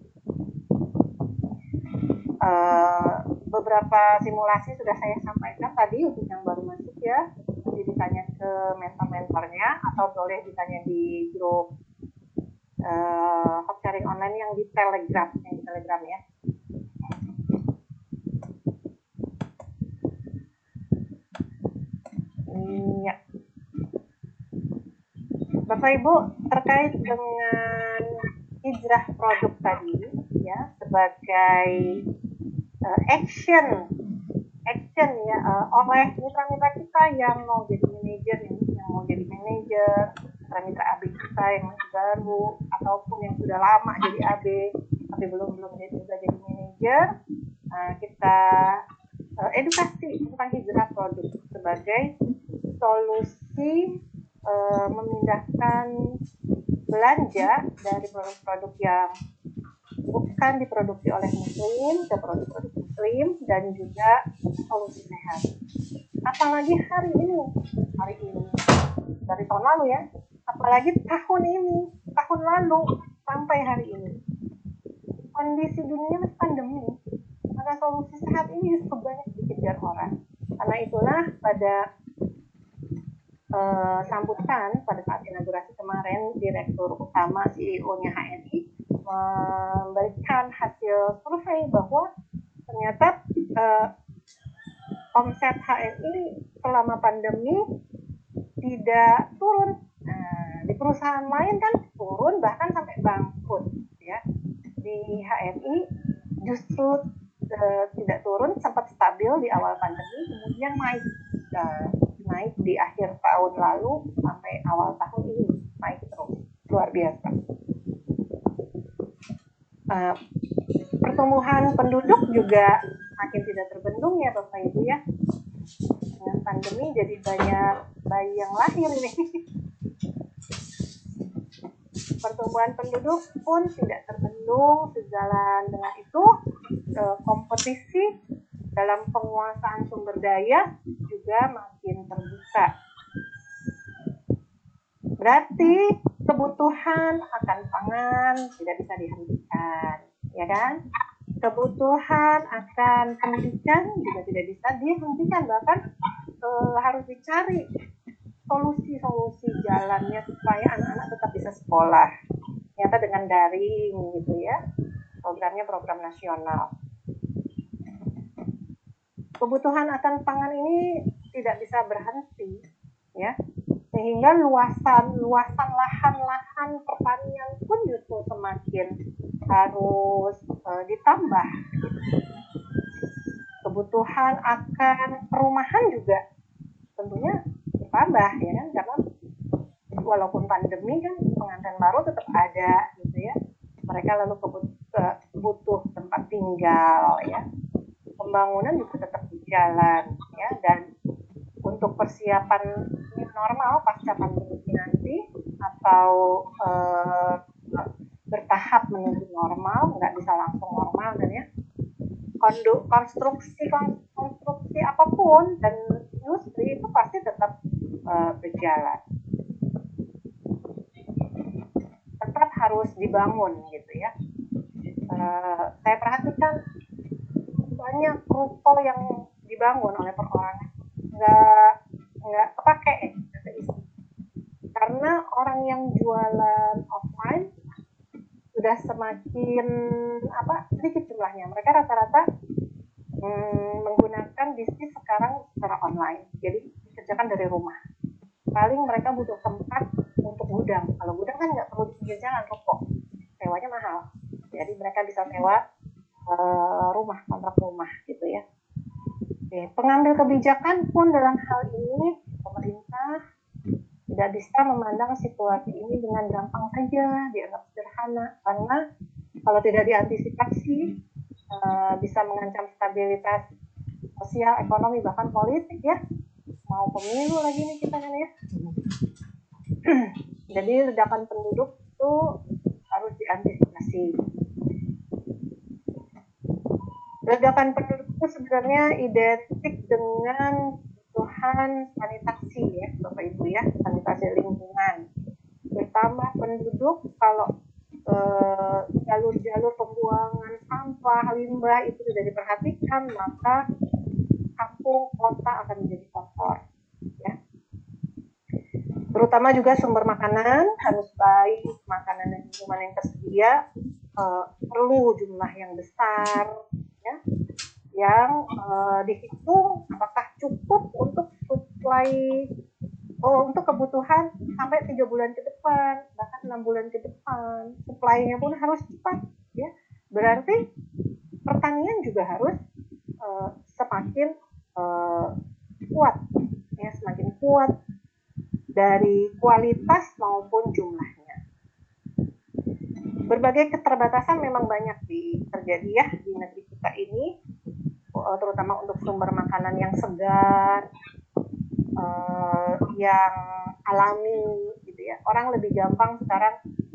Uh, beberapa simulasi sudah saya sampaikan tadi untuk yang baru masuk ya, nanti ditanya ke mentor-mentornya atau boleh ditanya di grup uh, hot sharing online yang di Telegram, yang di Telegram ya. Iya. Bapak Ibu, terkait dengan hijrah produk tadi ya, sebagai uh, action action ya uh, oleh mitra-mitra kita yang mau jadi manajer, yang, yang mau jadi manajer, mitra-mitra A B kita yang masih baru ataupun yang sudah lama jadi A B tapi belum belum jadi juga jadi manajer, uh, kita uh, edukasi tentang hijrah produk sebagai solusi uh, memindahkan belanja dari produk-produk yang bukan diproduksi oleh muslim ke produk-produk muslim dan juga solusi sehat. Apalagi hari ini, hari ini dari tahun lalu ya, apalagi tahun ini, tahun lalu sampai hari ini. Kondisi dunia masih pandemi, maka solusi sehat ini justru banyak dikejar orang. Karena itulah pada uh, sambutan pada saat inaugurasi kemarin, Direktur Utama C E O-nya H N I memberikan hasil survei bahwa ternyata uh, omset H N I selama pandemi tidak turun. Nah, di perusahaan lain kan turun bahkan sampai bangkrut ya. Di H N I justru uh, tidak turun, sempat stabil di awal pandemi, kemudian naik uh, naik di akhir tahun lalu sampai awal tahun ini naik terus, luar biasa. Uh, pertumbuhan penduduk juga makin tidak terbendung ya Bapak Ibu ya. Dengan pandemi jadi banyak bayi yang lahir ini. Pertumbuhan penduduk pun tidak terbendung, sejalan dengan itu eh, kompetisi dalam penguasaan sumber daya juga makin terbuka. Berarti kebutuhan akan pangan tidak bisa dihentikan, ya kan? Kebutuhan akan pendidikan juga tidak bisa dihentikan, bahkan eh, harus dicari solusi-solusi jalannya supaya anak-anak tetap bisa sekolah. Ternyata dengan daring gitu ya. Programnya program nasional. Kebutuhan akan pangan ini tidak bisa berhenti ya. Sehingga luasan luasan lahan-lahan pertanian pun justru semakin harus uh, ditambah. Kebutuhan akan perumahan juga tentunya bertambah ya kan, karena walaupun pandemi kan pengantin baru tetap ada gitu ya. Mereka lalu kebutuh, butuh tempat tinggal ya. Pembangunan juga tetap berjalan ya, dan untuk persiapan normal pasca pandemi nanti atau eh, bertahap menuju normal, nggak bisa langsung normal dan ya. Konstruksi konstruksi apapun dan industri itu pasti tetap uh, berjalan, tetap harus dibangun gitu ya. Uh, saya perhatikan banyak ruko yang dibangun oleh perorangan nggak nggak kepake karena orang yang jualan offline sudah semakin apa sedikit jumlahnya. Mereka rata-rata hmm, menggunakan bisnis sekarang secara online, jadi dikerjakan dari rumah. Paling mereka butuh tempat untuk gudang. Kalau gudang kan nggak perlu di pinggir jalan, ruko sewanya mahal, jadi mereka bisa sewa uh, rumah, kontrak rumah gitu ya. Oke, pengambil kebijakan pun dalam hal ini pemerintah tidak bisa memandang situasi ini dengan gampang saja, dianggap sederhana, karena kalau tidak diantisipasi uh, bisa mengancam stabilitas sosial, ekonomi, bahkan politik ya. Mau pemilu lagi nih kita kan ya. Jadi ledakan penduduk itu harus diantisipasi. Ledakan penduduk itu sebenarnya identik dengan kebutuhan sanitasi ya Bapak Ibu ya, sanitasi lingkungan. Bertambah penduduk, kalau eh, jalur-jalur pembuangan sampah, limbah itu sudah diperhatikan, maka kampung, kota akan menjadi kotor ya. Terutama juga sumber makanan harus baik, makanan dan minuman yang tersedia eh, perlu jumlah yang besar ya, yang uh, dihitung apakah cukup untuk supply oh, untuk kebutuhan sampai tiga bulan ke depan, bahkan enam bulan ke depan. Supply-nya pun harus cepat ya. Berarti pertanian juga harus uh, semakin uh, kuat ya, semakin kuat dari kualitas maupun jumlahnya. Berbagai keterbatasan memang banyak di, terjadi ya di negeri kita ini, terutama untuk sumber makanan yang segar, uh, yang alami gitu ya. Orang lebih gampang sekarang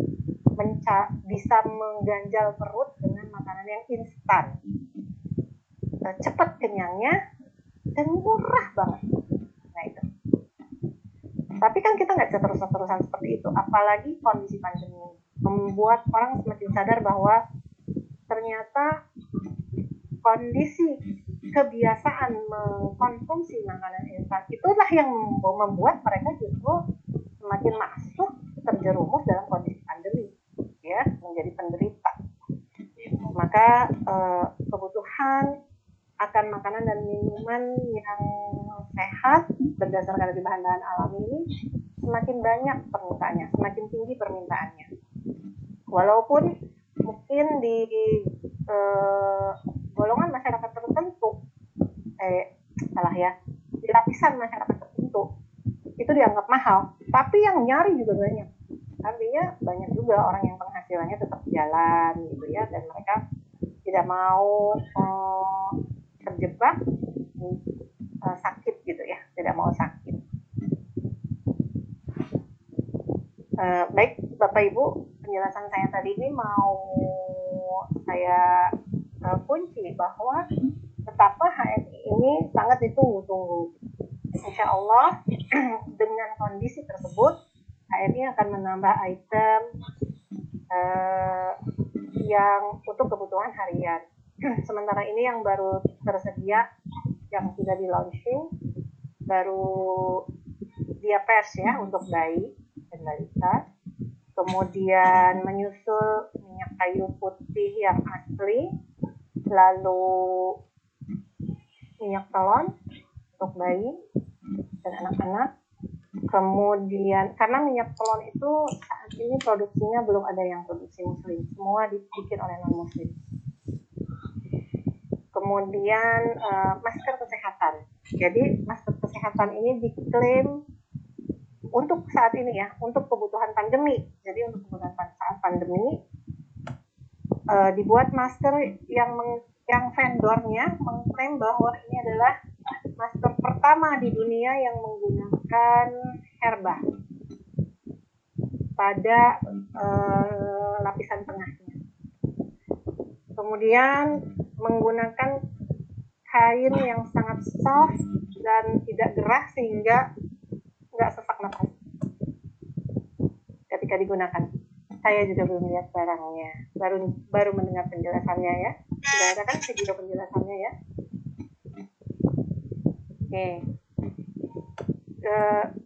menca- bisa mengganjal perut dengan makanan yang instan, uh, cepat kenyangnya dan murah banget. Nah itu. Tapi kan kita nggak bisa terus-terusan seperti itu, apalagi kondisi pandemi membuat orang semakin sadar bahwa ternyata kondisi kebiasaan mengkonsumsi makanan instan itulah yang membuat mereka justru semakin masuk terjerumus dalam kondisi pandemi, ya, menjadi penderita. Maka eh, kebutuhan akan makanan dan minuman yang sehat berdasarkan dari bahan-bahan alami ini semakin banyak permintaannya, semakin tinggi permintaannya. Walaupun mungkin di eh, golongan masyarakat tertentu, eh salah ya, di lapisan masyarakat tertentu itu dianggap mahal, tapi yang nyari juga banyak. Artinya banyak juga orang yang penghasilannya tetap jalan gitu ya, dan mereka tidak mau eh, terjebak eh, sakit gitu ya, tidak mau sakit. Eh, baik Bapak Ibu, penjelasan saya tadi ini mau saya uh, kunci bahwa betapa H M I ini sangat ditunggu-tunggu. Insya Allah dengan kondisi tersebut H M I akan menambah item uh, yang untuk kebutuhan harian. Sementara ini yang baru tersedia, yang sudah di launching, baru Diapers ya untuk bayi dan balita. Kemudian menyusul minyak kayu putih yang asli, lalu minyak telon untuk bayi dan anak-anak. Kemudian karena minyak telon itu saat ini produksinya belum ada yang produksi muslim, semua dibikin oleh non muslim. Kemudian uh, masker kesehatan. Jadi masker kesehatan ini diklaim untuk saat ini ya, untuk kebutuhan pandemi. Jadi untuk kebutuhan saat pandemi uh, dibuat masker yang meng, yang vendornya mengklaim bahwa ini adalah masker pertama di dunia yang menggunakan herba pada uh, lapisan tengahnya. Kemudian menggunakan kain yang sangat soft dan tidak gerah sehingga nggak sesak nafas ketika digunakan. Saya juga belum lihat barangnya, baru baru mendengar penjelasannya ya. Sudah ada kan video penjelasannya ya. Oke. Ke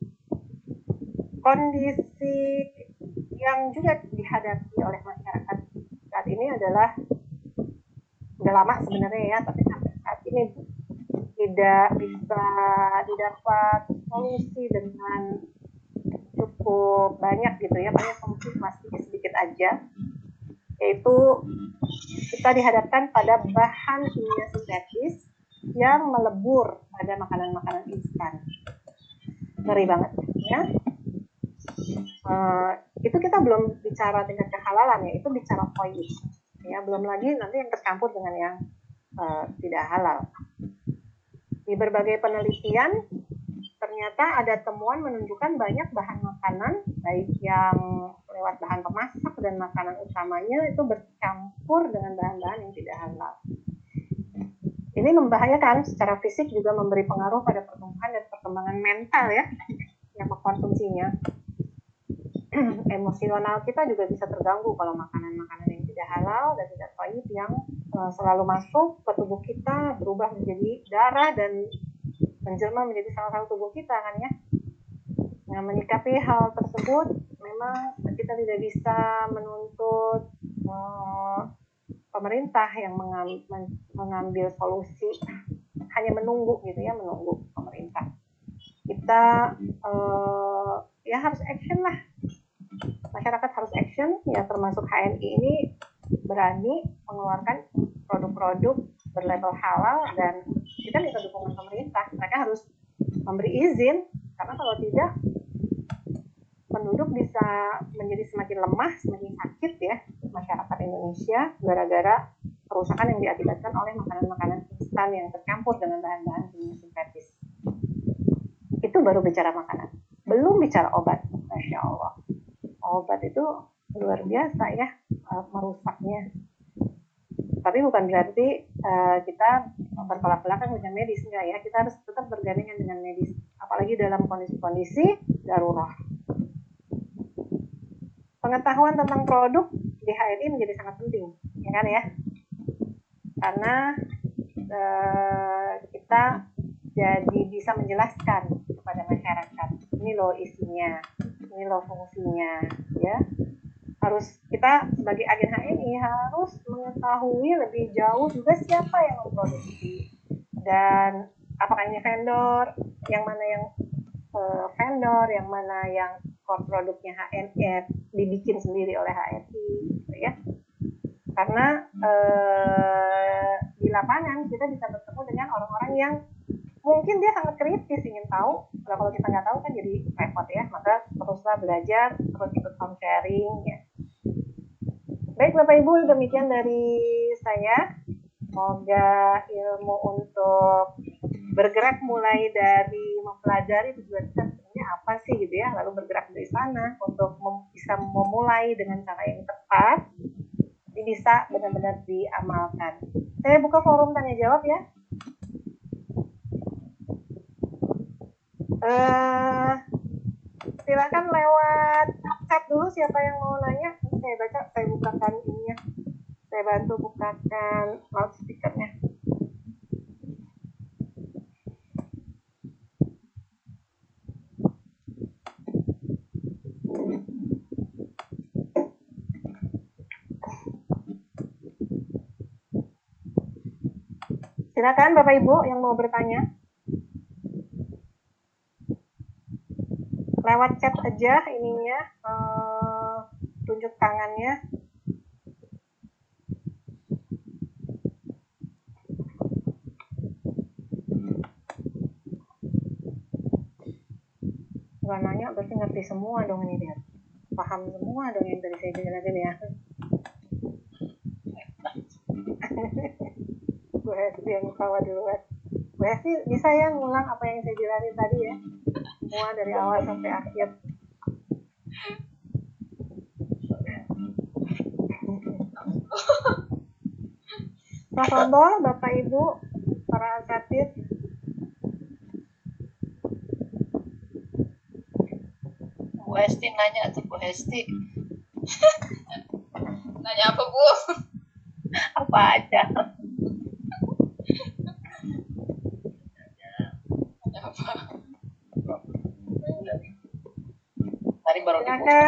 kondisi yang juga dihadapi oleh masyarakat saat ini adalah udah lama sebenarnya ya, tapi sampai saat ini tidak bisa didapat solusi dengan cukup banyak gitu ya, banyak solusi masih sedikit aja, yaitu kita dihadapkan pada bahan kimia sintetis yang melebur pada makanan-makanan instan. Ngeri banget ya. Uh, itu kita belum bicara tingkat kehalalan ya, itu bicara toyib ya, belum lagi nanti yang tercampur dengan yang uh, tidak halal. Di berbagai penelitian ternyata ada temuan menunjukkan banyak bahan makanan, baik yang lewat bahan pemasak dan makanan utamanya itu bercampur dengan bahan-bahan yang tidak halal. Ini membahayakan secara fisik, juga memberi pengaruh pada pertumbuhan dan perkembangan mental ya yang mengkonsumsinya. Emosional kita juga bisa terganggu kalau makanan-makanan yang tidak halal dan tidak thayyib yang uh, selalu masuk ke tubuh kita berubah menjadi darah dan menjelma menjadi salah satu tubuh kita kan ya. Nah, menyikapi hal tersebut memang kita tidak bisa menuntut uh, pemerintah yang mengambil, mengambil solusi, hanya menunggu gitu ya, menunggu pemerintah. Kita uh, ya harus action lah. Masyarakat harus action ya, termasuk H M I ini berani mengeluarkan produk-produk berlabel halal, dan kita minta dukungan pemerintah. Mereka harus memberi izin, karena kalau tidak penduduk bisa menjadi semakin lemah, semakin sakit ya masyarakat Indonesia gara-gara kerusakan yang diakibatkan oleh makanan-makanan instan yang tercampur dengan bahan-bahan kimia sintetis. Itu baru bicara makanan, belum bicara obat. Masya Allah, obat itu luar biasa ya uh, merusaknya. Tapi bukan berarti uh, kita bertolak belakang dengan medis, enggak ya. Kita harus tetap bergandengan dengan medis, apalagi dalam kondisi-kondisi darurat. Pengetahuan tentang produk di H R I menjadi sangat penting, ya kan ya? Karena uh, kita jadi bisa menjelaskan kepada masyarakat, ini loh isinya, ini loh fungsinya, ya. Harus kita sebagai agen H R I harus mengetahui lebih jauh juga siapa yang memproduksi dan apakah ini vendor, yang mana yang uh, vendor, yang mana yang core produknya H R I dibikin sendiri oleh H R I, gitu ya. Karena uh, di lapangan kita bisa bertemu dengan orang-orang yang mungkin dia sangat kritis ingin tahu. Nah, kalau kita nggak tahu kan jadi repot ya. Maka teruslah belajar, terus ikut home sharing ya. Baik Bapak Ibu, demikian dari saya. Semoga ilmu untuk bergerak mulai dari mempelajari tujuan kita sebenarnya apa sih gitu ya, lalu bergerak dari sana untuk mem- bisa memulai dengan cara yang tepat, ini bisa benar-benar diamalkan. Saya buka forum tanya jawab ya. Uh, silakan lewat chat dulu siapa yang mau nanya. Saya baca, saya bukakan ininya. Saya bantu bukakan loudspeakernya. Silakan Bapak Ibu yang mau bertanya. Lewat chat aja ininya, uh, tunjuk tangannya. Gak nanya berarti ngerti semua dong ini dia. Paham semua dong yang tadi saya jelasin ya. Bu Hesti yang ketawa duluan. Bu Hesti bisa ya ngulang apa yang saya jelasin tadi ya? Semua dari awal sampai akhir. Contoh Bapak Ibu, para asatid. Bu Hesti nanya tuh Bu Hesti. Nanya apa Bu? Apa aja. Nanya apa? Tadi baru dibuka.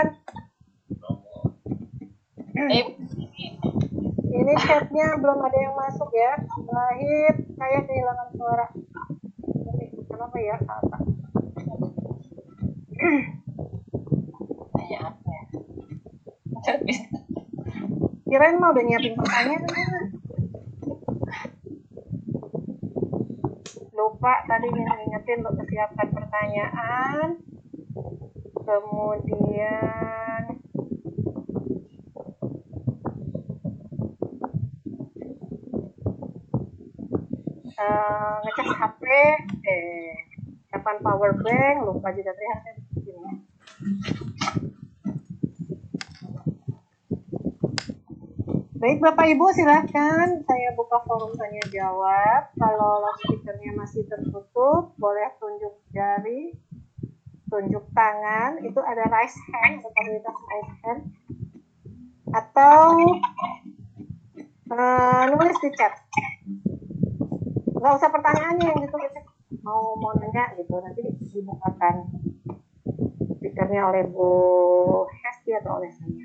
Eh, ini chatnya belum ada yang masuk ya. Lahir, saya kehilangan suara. Kenapa ya? Apa? nanya apa ya? Kirain mau udah nyiapin pertanyaan. Lupa tadi ngingetin untuk persiapkan pertanyaan. Kemudian uh, ngecas H P, eh, siapkan power bank, lupa juga terlihatnya di sini. Baik Bapak Ibu silakan saya buka forum tanya jawab. Kalau loudspeakernya masih tertutup, boleh tunjuk jari, tunjuk tangan, itu ada raise hand, otoritas raise hand, atau uh, nulis di chat. Nggak usah pertanyaannya yang ditulis, mau mau nanya gitu, nanti dibukakan speakernya oleh Bu Hesti atau oleh saya.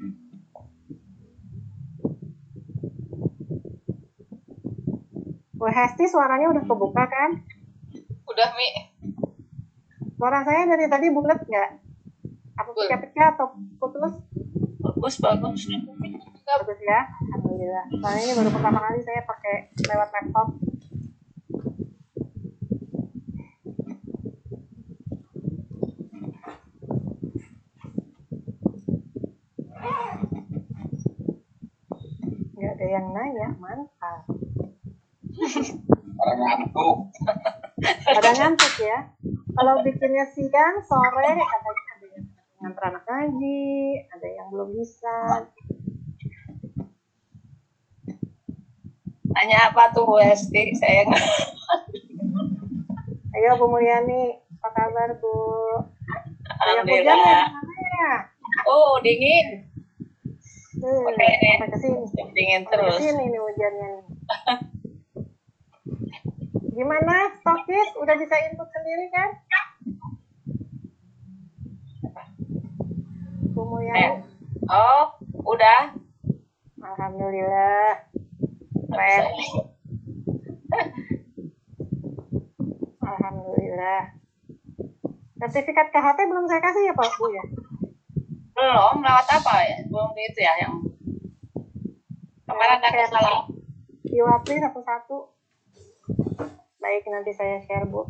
Bu Hesti suaranya udah kebuka kan? Udah Mi. Suara saya dari tadi bulat nggak? Apa pecah-pecah atau putus? Bagus bagus. Bagus ya, alhamdulillah. Soalnya ini baru pertama kali saya pakai lewat laptop. Nggak ada yang nanya, mantap. Pada ngantuk. Pada ngantuk ya. Kalau bikinnya siang, sore, katanya ada yang nganter anak ngaji, ada yang belum bisa. Tanya apa tuh Bu Esti? Saya nggak. Ayo Bu Mulyani, apa kabar Bu? Banyak hujan ya Alhamdulillah. di mana ya? Oh, dingin. Hmm, Oke, sampai ke sini. dingin Sampai ke terus. sini nih hujannya nih. Gimana stokis? Udah bisa input sendiri kan? Bu Eh, Mulyani, oh, udah. alhamdulillah. Nggak bisa Keren. ini. Alhamdulillah. Sertifikat K H T belum saya kasih ya Pak Bu ya? Belum, lewat apa ya? Belum itu ya yang kemarin ada Share kesalahan. di Wapri satu-satu. Baik, nanti saya share Bu.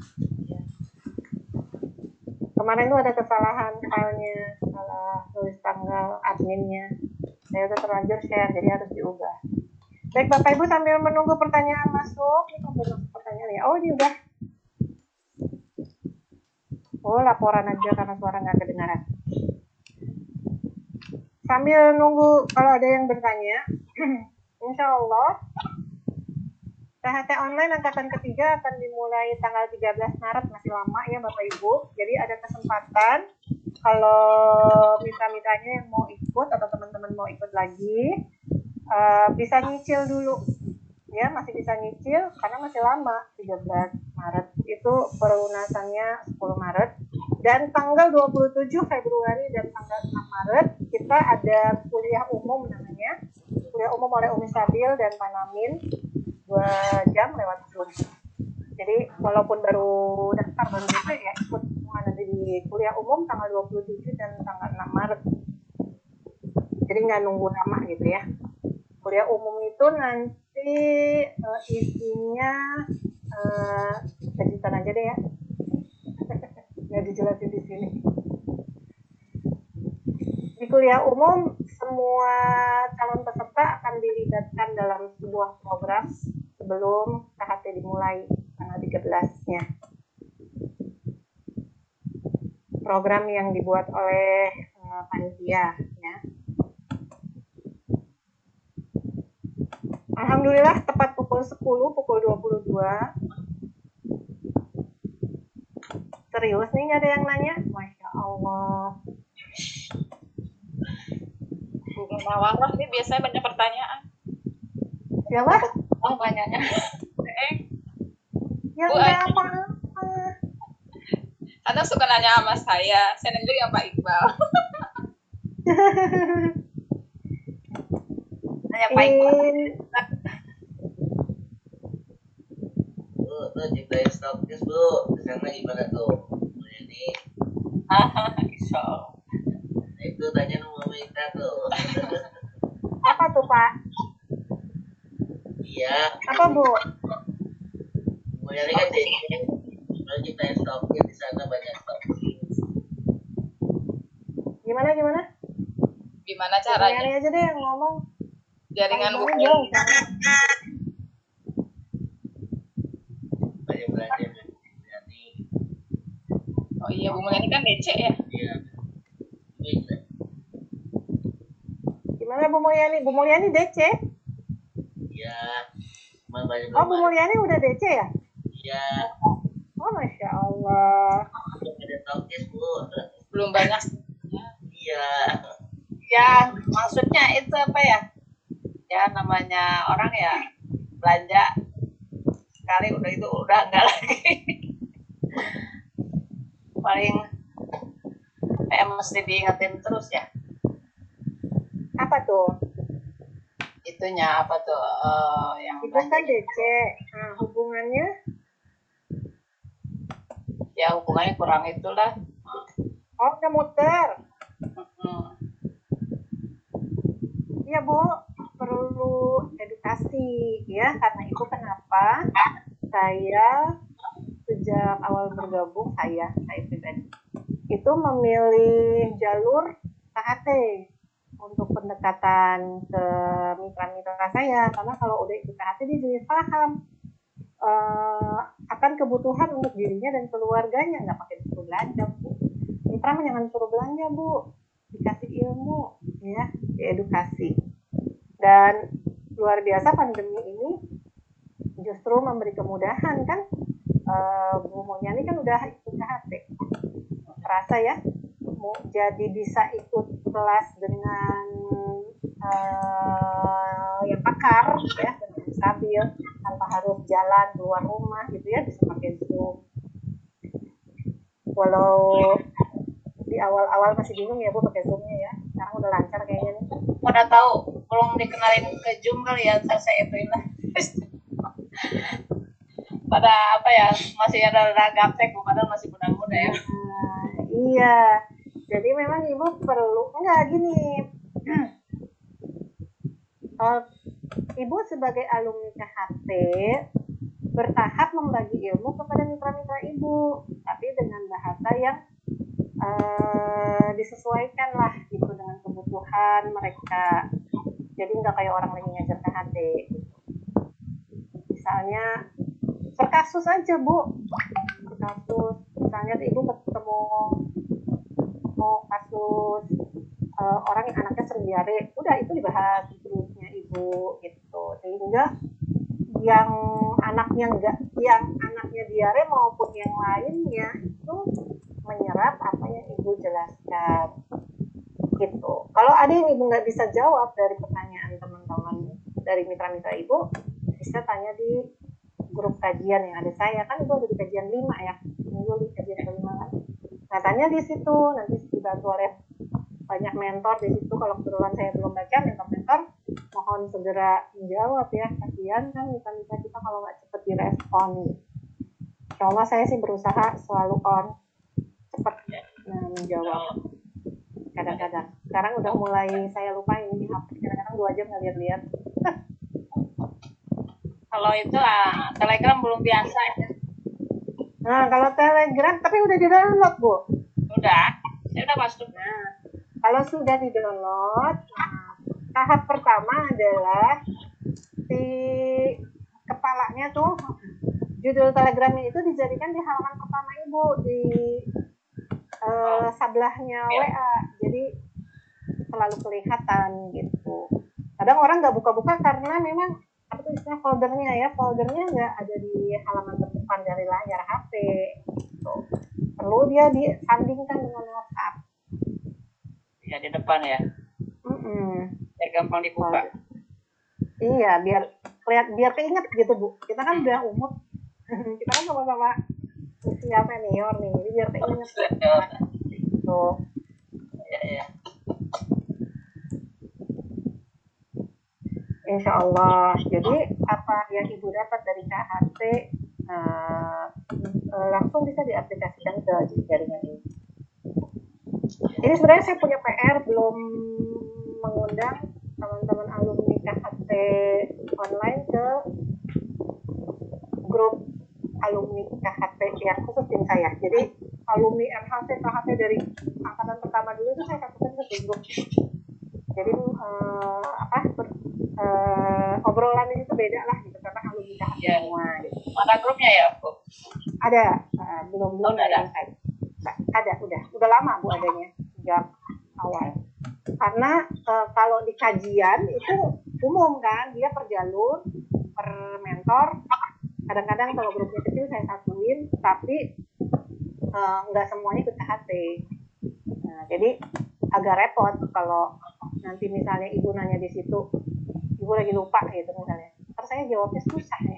Kemarin tuh ada kesalahan filenya, salah tulis tanggal adminnya. Saya udah terlanjur share, jadi harus diubah. Baik Bapak Ibu, sambil menunggu pertanyaan masuk, ini kok belum masuk pertanyaan ya? Oh, ini udah. Oh, laporan aja karena suara nggak kedengaran. Sambil nunggu kalau ada yang bertanya, insya Allah K H T online angkatan ketiga akan dimulai tanggal tiga belas Maret, masih lama ya Bapak Ibu. Jadi ada kesempatan kalau mitra-mitranya yang mau ikut atau teman-teman mau ikut lagi, uh, bisa nyicil dulu. Ya, masih bisa nyicil karena masih lama, tiga belas Maret. Itu pelunasannya sepuluh Maret. Dan tanggal dua puluh tujuh Februari dan tanggal enam Maret kita ada kuliah umum namanya. Kuliah umum oleh Umi Sabil dan Panamin dua jam lewat Zoom. Jadi walaupun baru daftar baru D P ya ikut semua nanti di kuliah umum tanggal dua puluh tujuh dan tanggal enam Maret. Jadi nggak nunggu lama gitu ya. Kuliah umum itu nanti uh, isinya uh, kejutan aja deh ya. Nggak dijelasin di sini. Di kuliah umum semua calon peserta akan dilibatkan dalam sebuah program sebelum K H T dimulai tanggal tiga belas-nya. Program yang dibuat oleh uh, panitia ya. Alhamdulillah tepat pukul sepuluh, pukul dua puluh dua. Serius nih nggak ada yang nanya? Masya Allah. Bu Nawarah ini biasanya banyak pertanyaan. Siapa? Oh, banyaknya. Eh, Ya Bu, nggak eh, apa-apa. Anda suka nanya sama saya. Saya nanya juga yang Pak Iqbal. Nanya Pak Iqbal. In, Bu, tuh ciptain stokis Bu, kesana gimana tuh? Bu ini, Hahaha, insya Allah. nah itu tanya nomor kita tuh. apa tuh Pak? Iya, Apa Bu? Bu ini kan deh, kalau ciptain stokis di sana banyak stokis. Gimana gimana? Gimana Caranya caranya? aja deh yang ngomong. Jaringan Bu Paling jauh. Banyak belanja berani. Oh iya, Bu Mulyani kan D C ya? Iya, bisa. Gimana Bu Mulyani? Bu Mulyani D C? Iya, cuma banyak Oh Bu belum Mulyani udah D C ya? Iya, Oh Masya Allah. belum ada stokis Bu. Belum banyak. Iya, Ya, maksudnya itu apa ya? Ya namanya orang ya belanja sekali udah itu udah enggak lagi. Paling kayak mesti diingetin terus ya. Apa tuh? Itunya apa tuh eh, yang Itu kan belanja D C. Nah hubungannya? ya hubungannya kurang itulah. Oh udah muter. Mm-mm. Iya Bu, perlu edukasi ya. Karena itu kenapa saya sejak awal bergabung, saya, saya pribadi, itu memilih jalur K H T untuk pendekatan ke mitra-mitra saya. Karena kalau udah ikut K H T dia jadi paham uh, akan kebutuhan untuk dirinya dan keluarganya, nggak pakai buku belanja Bu. Ini mitra jangan suruh belanja Bu, dikasih ilmu ya, diedukasi. Dan luar biasa pandemi ini justru memberi kemudahan kan. uh, Bu Mulyani kan udah ikut K H T, terasa ya, mau jadi bisa ikut kelas dengan uh, yang pakar ya, dengan stabil, tanpa harus jalan keluar rumah gitu ya, bisa pakai Zoom. Walau di awal-awal masih bingung ya Bu pakai Zoom-nya ya, sekarang udah lancar kayaknya nih. Pada tahu, belum dikenalin ke Zoom kali ya, saya ituin lah. Pada apa ya, masih ada gaptek, padahal masih muda-muda ya. Nah, iya, jadi memang Ibu perlu, enggak gini, uh, Ibu sebagai alumni K H T bertahap membagi ilmu kepada mitra-mitra Ibu, tapi dengan bahasa yang uh, disesuaikan lah gitu dengan kebutuhan mereka. Jadi nggak kayak orang lagi ngajar K H T gitu. Misalnya per kasus aja Bu, per kasus misalnya Ibu ketemu mau kasus uh, orang yang anaknya sering diare, udah itu dibahas di grupnya Ibu gitu, sehingga yang anaknya enggak, yang anaknya diare maupun yang lainnya itu menyerap apa yang Ibu jelaskan gitu. Kalau ada yang Ibu nggak bisa jawab dari pertanyaan teman-teman dari mitra-mitra Ibu, bisa tanya di grup kajian yang ada saya, kan Ibu ada di kajian lima ya, Ibu di kajian kelima kan. Nah, tanya di situ, nanti dibantu oleh banyak mentor di situ. Kalau kebetulan saya belum baca, mentor-mentor mohon segera menjawab ya, kasihan kan mitra-mitra kita kalau nggak cepet direspon. Insya Allah saya sih berusaha selalu on, cepat nah, menjawab. Kadang-kadang, sekarang udah mulai saya lupa ini H P, kadang-kadang dua jam nggak lihat-lihat. Kalau itu ah, Telegram belum biasa ya. Nah, kalau Telegram, tapi udah di-download Bu? Udah, saya udah masuk. Nah, kalau sudah di-download, nah, tahap pertama adalah si kepalanya tuh, judul Telegramnya itu dijadikan di halaman pertama Ibu, di uh, sebelahnya W A, jadi selalu kelihatan gitu. Kadang orang nggak buka-buka karena memang apa tuh istilah foldernya ya, foldernya nggak ada di halaman terdepan dari layar H P gitu. Perlu dia disandingkan dengan WhatsApp ya di depan ya. Mm-mm. Biar gampang dibuka. Oh, iya, biar lihat, biar keinget gitu Bu, kita kan udah umur kita kan sama-sama usia senior nih, jadi biar keinget gitu. Ya, ya. Insya Allah. Jadi apa yang Ibu dapat dari K H T uh, uh, langsung bisa diaplikasikan ke jaringan ini. Ini sebenarnya saya punya P R, belum mengundang teman-teman alumni K H T online ke grup alumni K H T yang khusus tim saya. Jadi alumni M H T, K H T dari angkatan pertama dulu itu saya satukan ke grup. Jadi uh, apa ber, uh, obrolan ini tuh beda lah gitu, karena alumni K H T ya. semua gitu. Ada grupnya ya Bu? Ada, uh, belum belum oh, ada. Saya. Ada, udah udah lama Bu adanya sejak awal. Karena uh, kalau di kajian itu umum kan, dia per jalur, per mentor. Kadang-kadang kalau grupnya kecil saya satuin, tapi nggak uh, semuanya ikut K H T. Nah, jadi agak repot kalau nanti misalnya Ibu nanya di situ, Ibu lagi lupa gitu misalnya, terus saya jawabnya susah ya.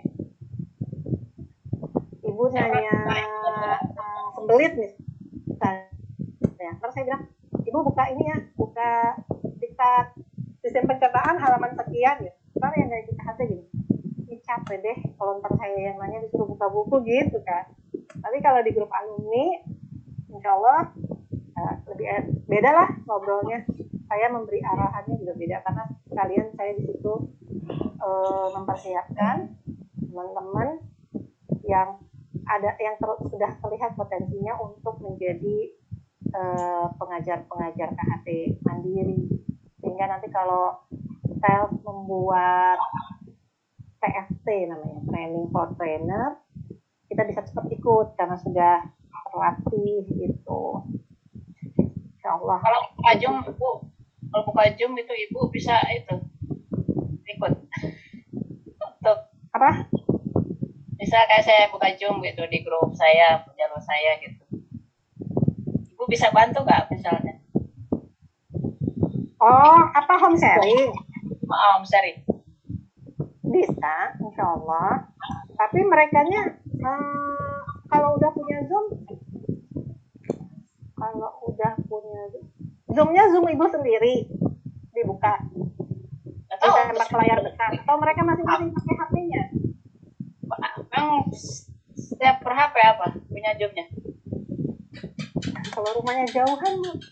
Ibu nanya uh, sembelit nih, misalnya, terus saya bilang, Ibu buka ini ya, buka diktat sistem pencernaan halaman sekian ya. Ntar yang nggak ikut K H T gini, ini capek deh kalau ntar saya yang nanya disuruh buka buku gitu kan. Tapi kalau di grup alumni, insya Allah uh, lebih beda lah ngobrolnya. Saya memberi arahannya juga beda, karena kalian saya di situ uh, mempersiapkan teman-teman yang ada yang ter, sudah terlihat potensinya untuk menjadi uh, pengajar-pengajar K H T mandiri, sehingga nanti kalau saya membuat T F T namanya, training for trainer, kita bisa cepat ikut karena sudah terlatih gitu. Insya Allah. Kalau buka Zoom, ibu, kalau buka Zoom itu ibu bisa itu ikut untuk Apa? misal kayak saya buka Zoom gitu di grup saya, jalur saya gitu. Ibu bisa bantu nggak misalnya? Oh, apa home sharing? Maaf, sorry. Bisa, insya Allah. Tapi merekanya eh, kalau udah punya Zoom, kalau udah punya Zoom, Zoomnya Zoom ibu sendiri dibuka, Atau ditembak ke layar besar, atau mereka masing-masing pakai H P-nya? memang setiap per H P apa punya Zoom-nya? Kalau rumahnya jauhan, Bu.